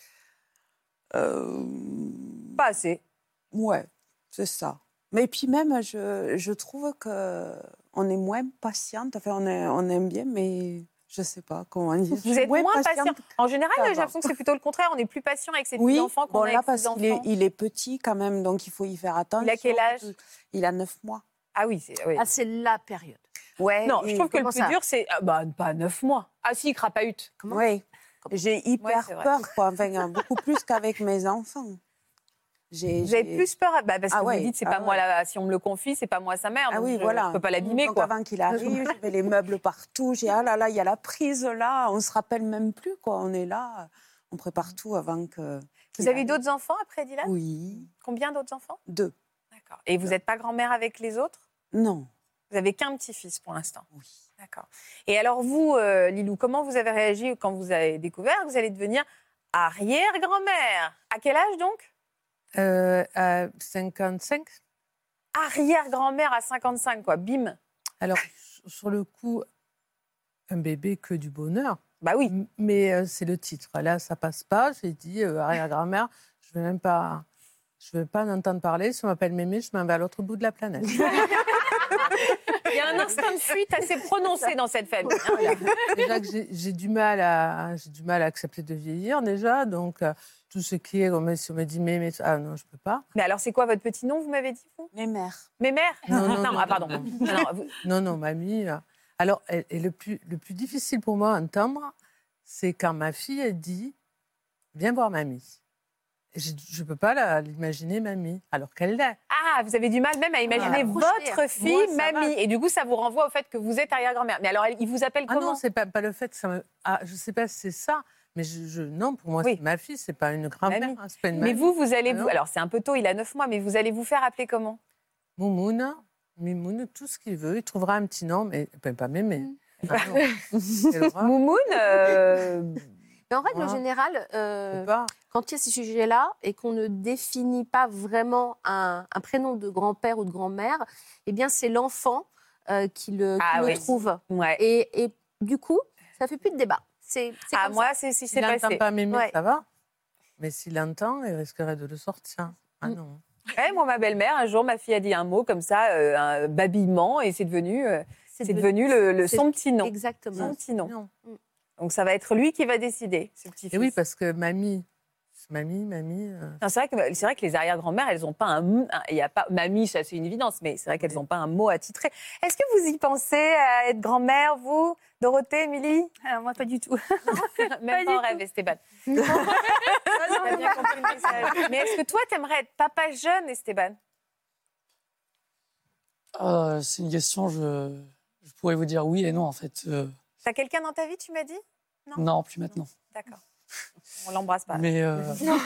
Euh, Pas assez. ouais, c'est ça. Mais puis même, je, je trouve qu'on est moins patiente. Enfin, on, est, on aime bien, mais je ne sais pas comment dire. Je Vous suis êtes moins patient. En général, Ça j'ai va. l'impression que c'est plutôt le contraire. On est plus patient avec ses Oui, petits-enfants qu'on bon, a là, avec parce ses qu'il est, enfants. il est petit quand même, donc il faut y faire attention. Il a quel âge? Il a neuf mois. Ah oui, c'est. Oui. Ah, c'est la période. Ouais, Non, et- je trouve que le comment plus ça dur, c'est. Ah bah, pas neuf mois. Ah si, crapahute. Comment Oui, j'ai hyper Ouais, c'est vrai. peur, quoi. Enfin, beaucoup plus qu'avec mes enfants. J'ai, Vous avez j'ai- plus peur bah, parce Ah que ouais, vous dites, c'est ah pas moi, ouais. la, si on me le confie, c'est pas moi sa mère. Ah donc oui, je, voilà. Je peux pas l'abîmer, Donc quoi. avant qu'il arrive, j'avais les meubles partout. J'ai ah là là, il y a la prise là. On se rappelle même plus, quoi. On est là, on prépare tout avant que. Vous avez eu d'autres enfants après Dylan? Oui, Combien d'autres enfants? deux. D'accord. Et vous n'êtes pas grand-mère avec les autres? Non. Vous avez qu'un petit-fils pour l'instant? Oui. D'accord. Et alors vous, euh, Lilou, comment vous avez réagi quand vous avez découvert que vous allez devenir arrière-grand-mère? À quel âge donc? Euh, à cinquante-cinq. Arrière-grand-mère à cinquante-cinq, quoi. Bim. Alors, sur le coup, un bébé que du bonheur. Bah oui. M- Mais euh, c'est le titre. Là, ça passe pas. J'ai dit euh, arrière-grand-mère. Je ne vais même pas, je vais pas en entendre parler. Si on m'appelle Mémé, je m'en vais à l'autre bout de la planète. Il y a un instinct de fuite assez prononcé dans cette famille. hein. Voilà. Déjà que j'ai, j'ai du mal à, j'ai du mal à accepter de vieillir déjà. Donc euh, tout ce qui est, comme si on me dit Mémé, ah non, je peux pas. Mais alors, c'est quoi votre petit nom, vous m'avez dit, vous? Les mères. Mémère? Non, non, non, ah, pardon. non, Non, non, vous- Non, non, mamie. euh, Alors, et, et le plus, le plus difficile pour moi à entendre, c'est quand ma fille elle dit, viens voir mamie. Et Je ne peux pas la- l'imaginer mamie, alors qu'elle l'est. Ah, vous avez du mal même à imaginer Ah. votre fille, Moi, ça mamie. va. Et du coup, ça vous renvoie au fait que vous êtes arrière-grand-mère. Mais alors, elle- il vous appelle Ah comment? non, c'est pas, pas le fait que ça me... Ah, je sais pas si c'est ça, mais je, je- non, pour moi, Oui. c'est ma fille, c'est pas une grand-mère, Mamie. hein, c'est pas une Mais mamie. vous, vous allez Ah vous... non. Alors, c'est un peu tôt, il a neuf mois, mais vous allez vous faire appeler comment? Moumoune, Mimoune, tout ce qu'il veut, il trouvera un petit nom, mais ben, pas mémé. Mm. Ah non. Quelle horreur. Moumoune euh, Mais en règle Ah. générale, Je euh, sais pas. quand il y a ces sujets-là et qu'on ne définit pas vraiment un, un prénom de grand-père ou de grand-mère, eh bien, c'est l'enfant euh, qui le, qui Ah le oui. trouve. Ouais. Et, et du coup, ça fait plus de débat. C'est, c'est Ah, comme moi, ça. c'est si Si c'est n'entend passé. pas mémé, Ouais. ça va. Mais s'il entend, il risquerait de le sortir. Ah non. Ouais, moi, ma belle-mère, un jour, ma fille a dit un mot comme ça, euh, un babillement, et c'est devenu, euh, c'est C'est devenu le, le- c'est- son petit nom. Exactement. Son petit nom. Non. Donc ça va être lui qui va décider, ce petit-fils. Et oui, parce que mamie, mamie, mamie... euh, Non, c'est vrai que c'est vrai que les arrière-grand-mères, elles n'ont pas un, un- il y a pas mamie, ça c'est une évidence, mais c'est vrai qu'elles n'ont pas un mot attitré. Est-ce que vous y pensez à être grand-mère, vous, Dorothée, Émilie? Alors moi, pas du tout. Même Pas pas en du rêve, Esteban. T'as bien compris le message. Mais est-ce que toi, t'aimerais être papa jeune, Esteban? Euh, c'est une question, je, je pourrais vous dire oui et non, en fait. Euh, T'as quelqu'un dans ta vie, tu m'as dit? Non. non, plus maintenant. D'accord. On l'embrasse pas. Mais euh,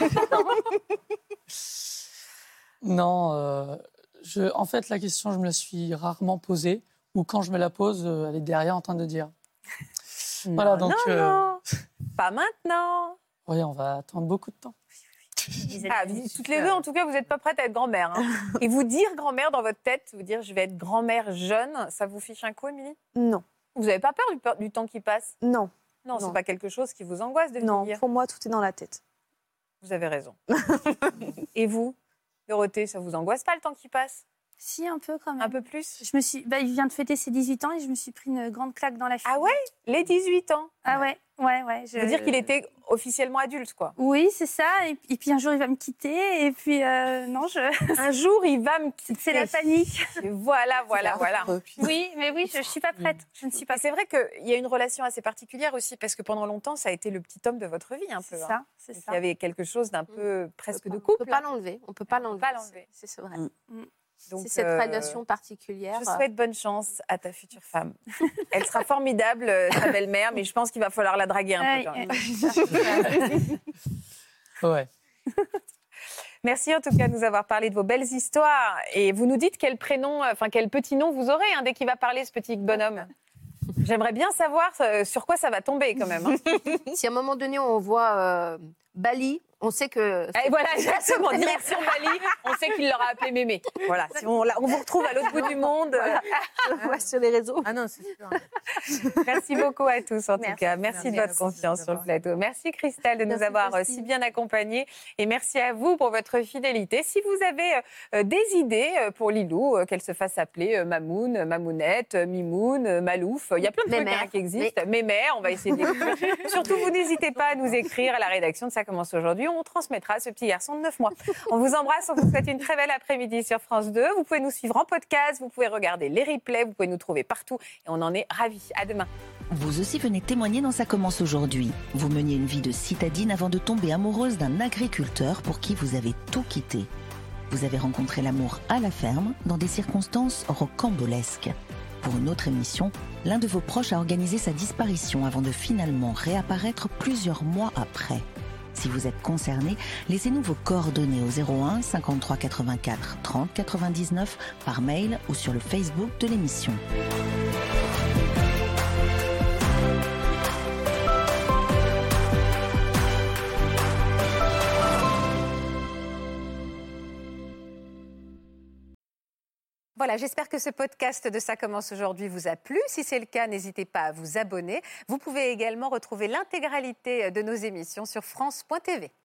non, euh, je, en fait, la question, je me la suis rarement posée, ou quand je me la pose, euh, elle est derrière en train de dire. Voilà, Non, donc, non, euh, non. Pas maintenant. oui, on va attendre beaucoup de temps. Ah, vous- toutes les deux, en tout cas, vous n'êtes pas prêtes à être grand-mère. hein. Et vous dire grand-mère dans votre tête, vous dire je vais être grand-mère jeune, ça vous fiche un coup, Émilie? Non, Vous n'avez pas peur du, peur du temps qui passe? non, Non, c'est Non. pas quelque chose qui vous angoisse de non. vieillir. Pour moi, tout est dans la tête. Vous avez raison. Et vous, Dorothée, ça vous angoisse pas le temps qui passe? Si, un peu quand même. Un peu plus? Je me suis, bah, il vient de fêter ses dix-huit ans et je me suis pris une grande claque dans la figure. Ah ouais? Les dix-huit ans? Ah ouais, ouais, ouais. Je Ça veut dire qu'il était officiellement adulte, quoi. Oui, c'est ça. Et, et puis un jour, il va me quitter. Et puis, euh, non, je... Un jour, il va me quitter. c'est la panique. Et voilà, voilà, voilà. affreux. Oui, mais oui, je ne suis pas prête. Je ne suis pas Et c'est vrai qu'il y a une relation assez particulière aussi, parce que pendant longtemps, ça a été le petit homme de votre vie, un peu. C'est hein. ça, c'est Donc, ça. il y avait quelque chose d'un peu presque de On ne couple. peut pas l'enlever. On peut pas On peut l'enlever. pas l'enlever. C'est c'est vrai. Mm. Donc, C'est cette euh, relation particulière. Je souhaite bonne chance à ta future femme. Elle sera formidable, euh, ta belle-mère, mais je pense qu'il va falloir la draguer un peu quand même. Ouais. Merci en tout cas de nous avoir parlé de vos belles histoires. Et vous nous dites quel prénom, enfin quel petit nom vous aurez hein, dès qu'il va parler, ce petit bonhomme. J'aimerais bien savoir euh, sur quoi ça va tomber quand même. hein. Si à un moment donné on voit euh, Bali, on sait que. Et voilà, exactement, direction Bali, on sait qu'il l'aura appelé Mémé. Voilà, si on, on vous retrouve à l'autre bout du monde. Ouais, sur les réseaux. Ah non, c'est sûr. Merci beaucoup à tous en tout Merci. cas. Merci, Merci de votre à vous confiance sur le d'avoir- plateau. Merci Christelle de nous Merci, avoir euh, Christine. si bien accompagnés. Et merci à vous pour votre fidélité. Si vous avez euh, des idées euh, pour Lilou, euh, qu'elle se fasse appeler euh, Mamoun, Mamounette, euh, Mimoun, euh, Malouf, il y a plein de trucs Mémère. hein, qui existent. Mémère, on va essayer de découvrir. Surtout, vous n'hésitez pas à nous écrire à la rédaction de Ça commence aujourd'hui. On transmettra à ce petit garçon de neuf mois. On vous embrasse, on vous souhaite une très belle après-midi sur France deux. Vous pouvez nous suivre en podcast, vous pouvez regarder les replays, vous pouvez nous trouver partout et on en est ravis. À demain. Vous aussi venez témoigner dans Ça commence aujourd'hui. Vous meniez une vie de citadine avant de tomber amoureuse d'un agriculteur pour qui vous avez tout quitté. Vous avez rencontré l'amour à la ferme dans des circonstances rocambolesques. Pour une autre émission, l'un de vos proches a organisé sa disparition avant de finalement réapparaître plusieurs mois après. Si vous êtes concerné, laissez-nous vos coordonnées au zéro un cinquante-trois quatre-vingt-quatre trente quatre-vingt-dix-neuf par mail ou sur le Facebook de l'émission. Voilà, j'espère que ce podcast de Ça commence aujourd'hui vous a plu. Si c'est le cas, n'hésitez pas à vous abonner. Vous pouvez également retrouver l'intégralité de nos émissions sur France point T V.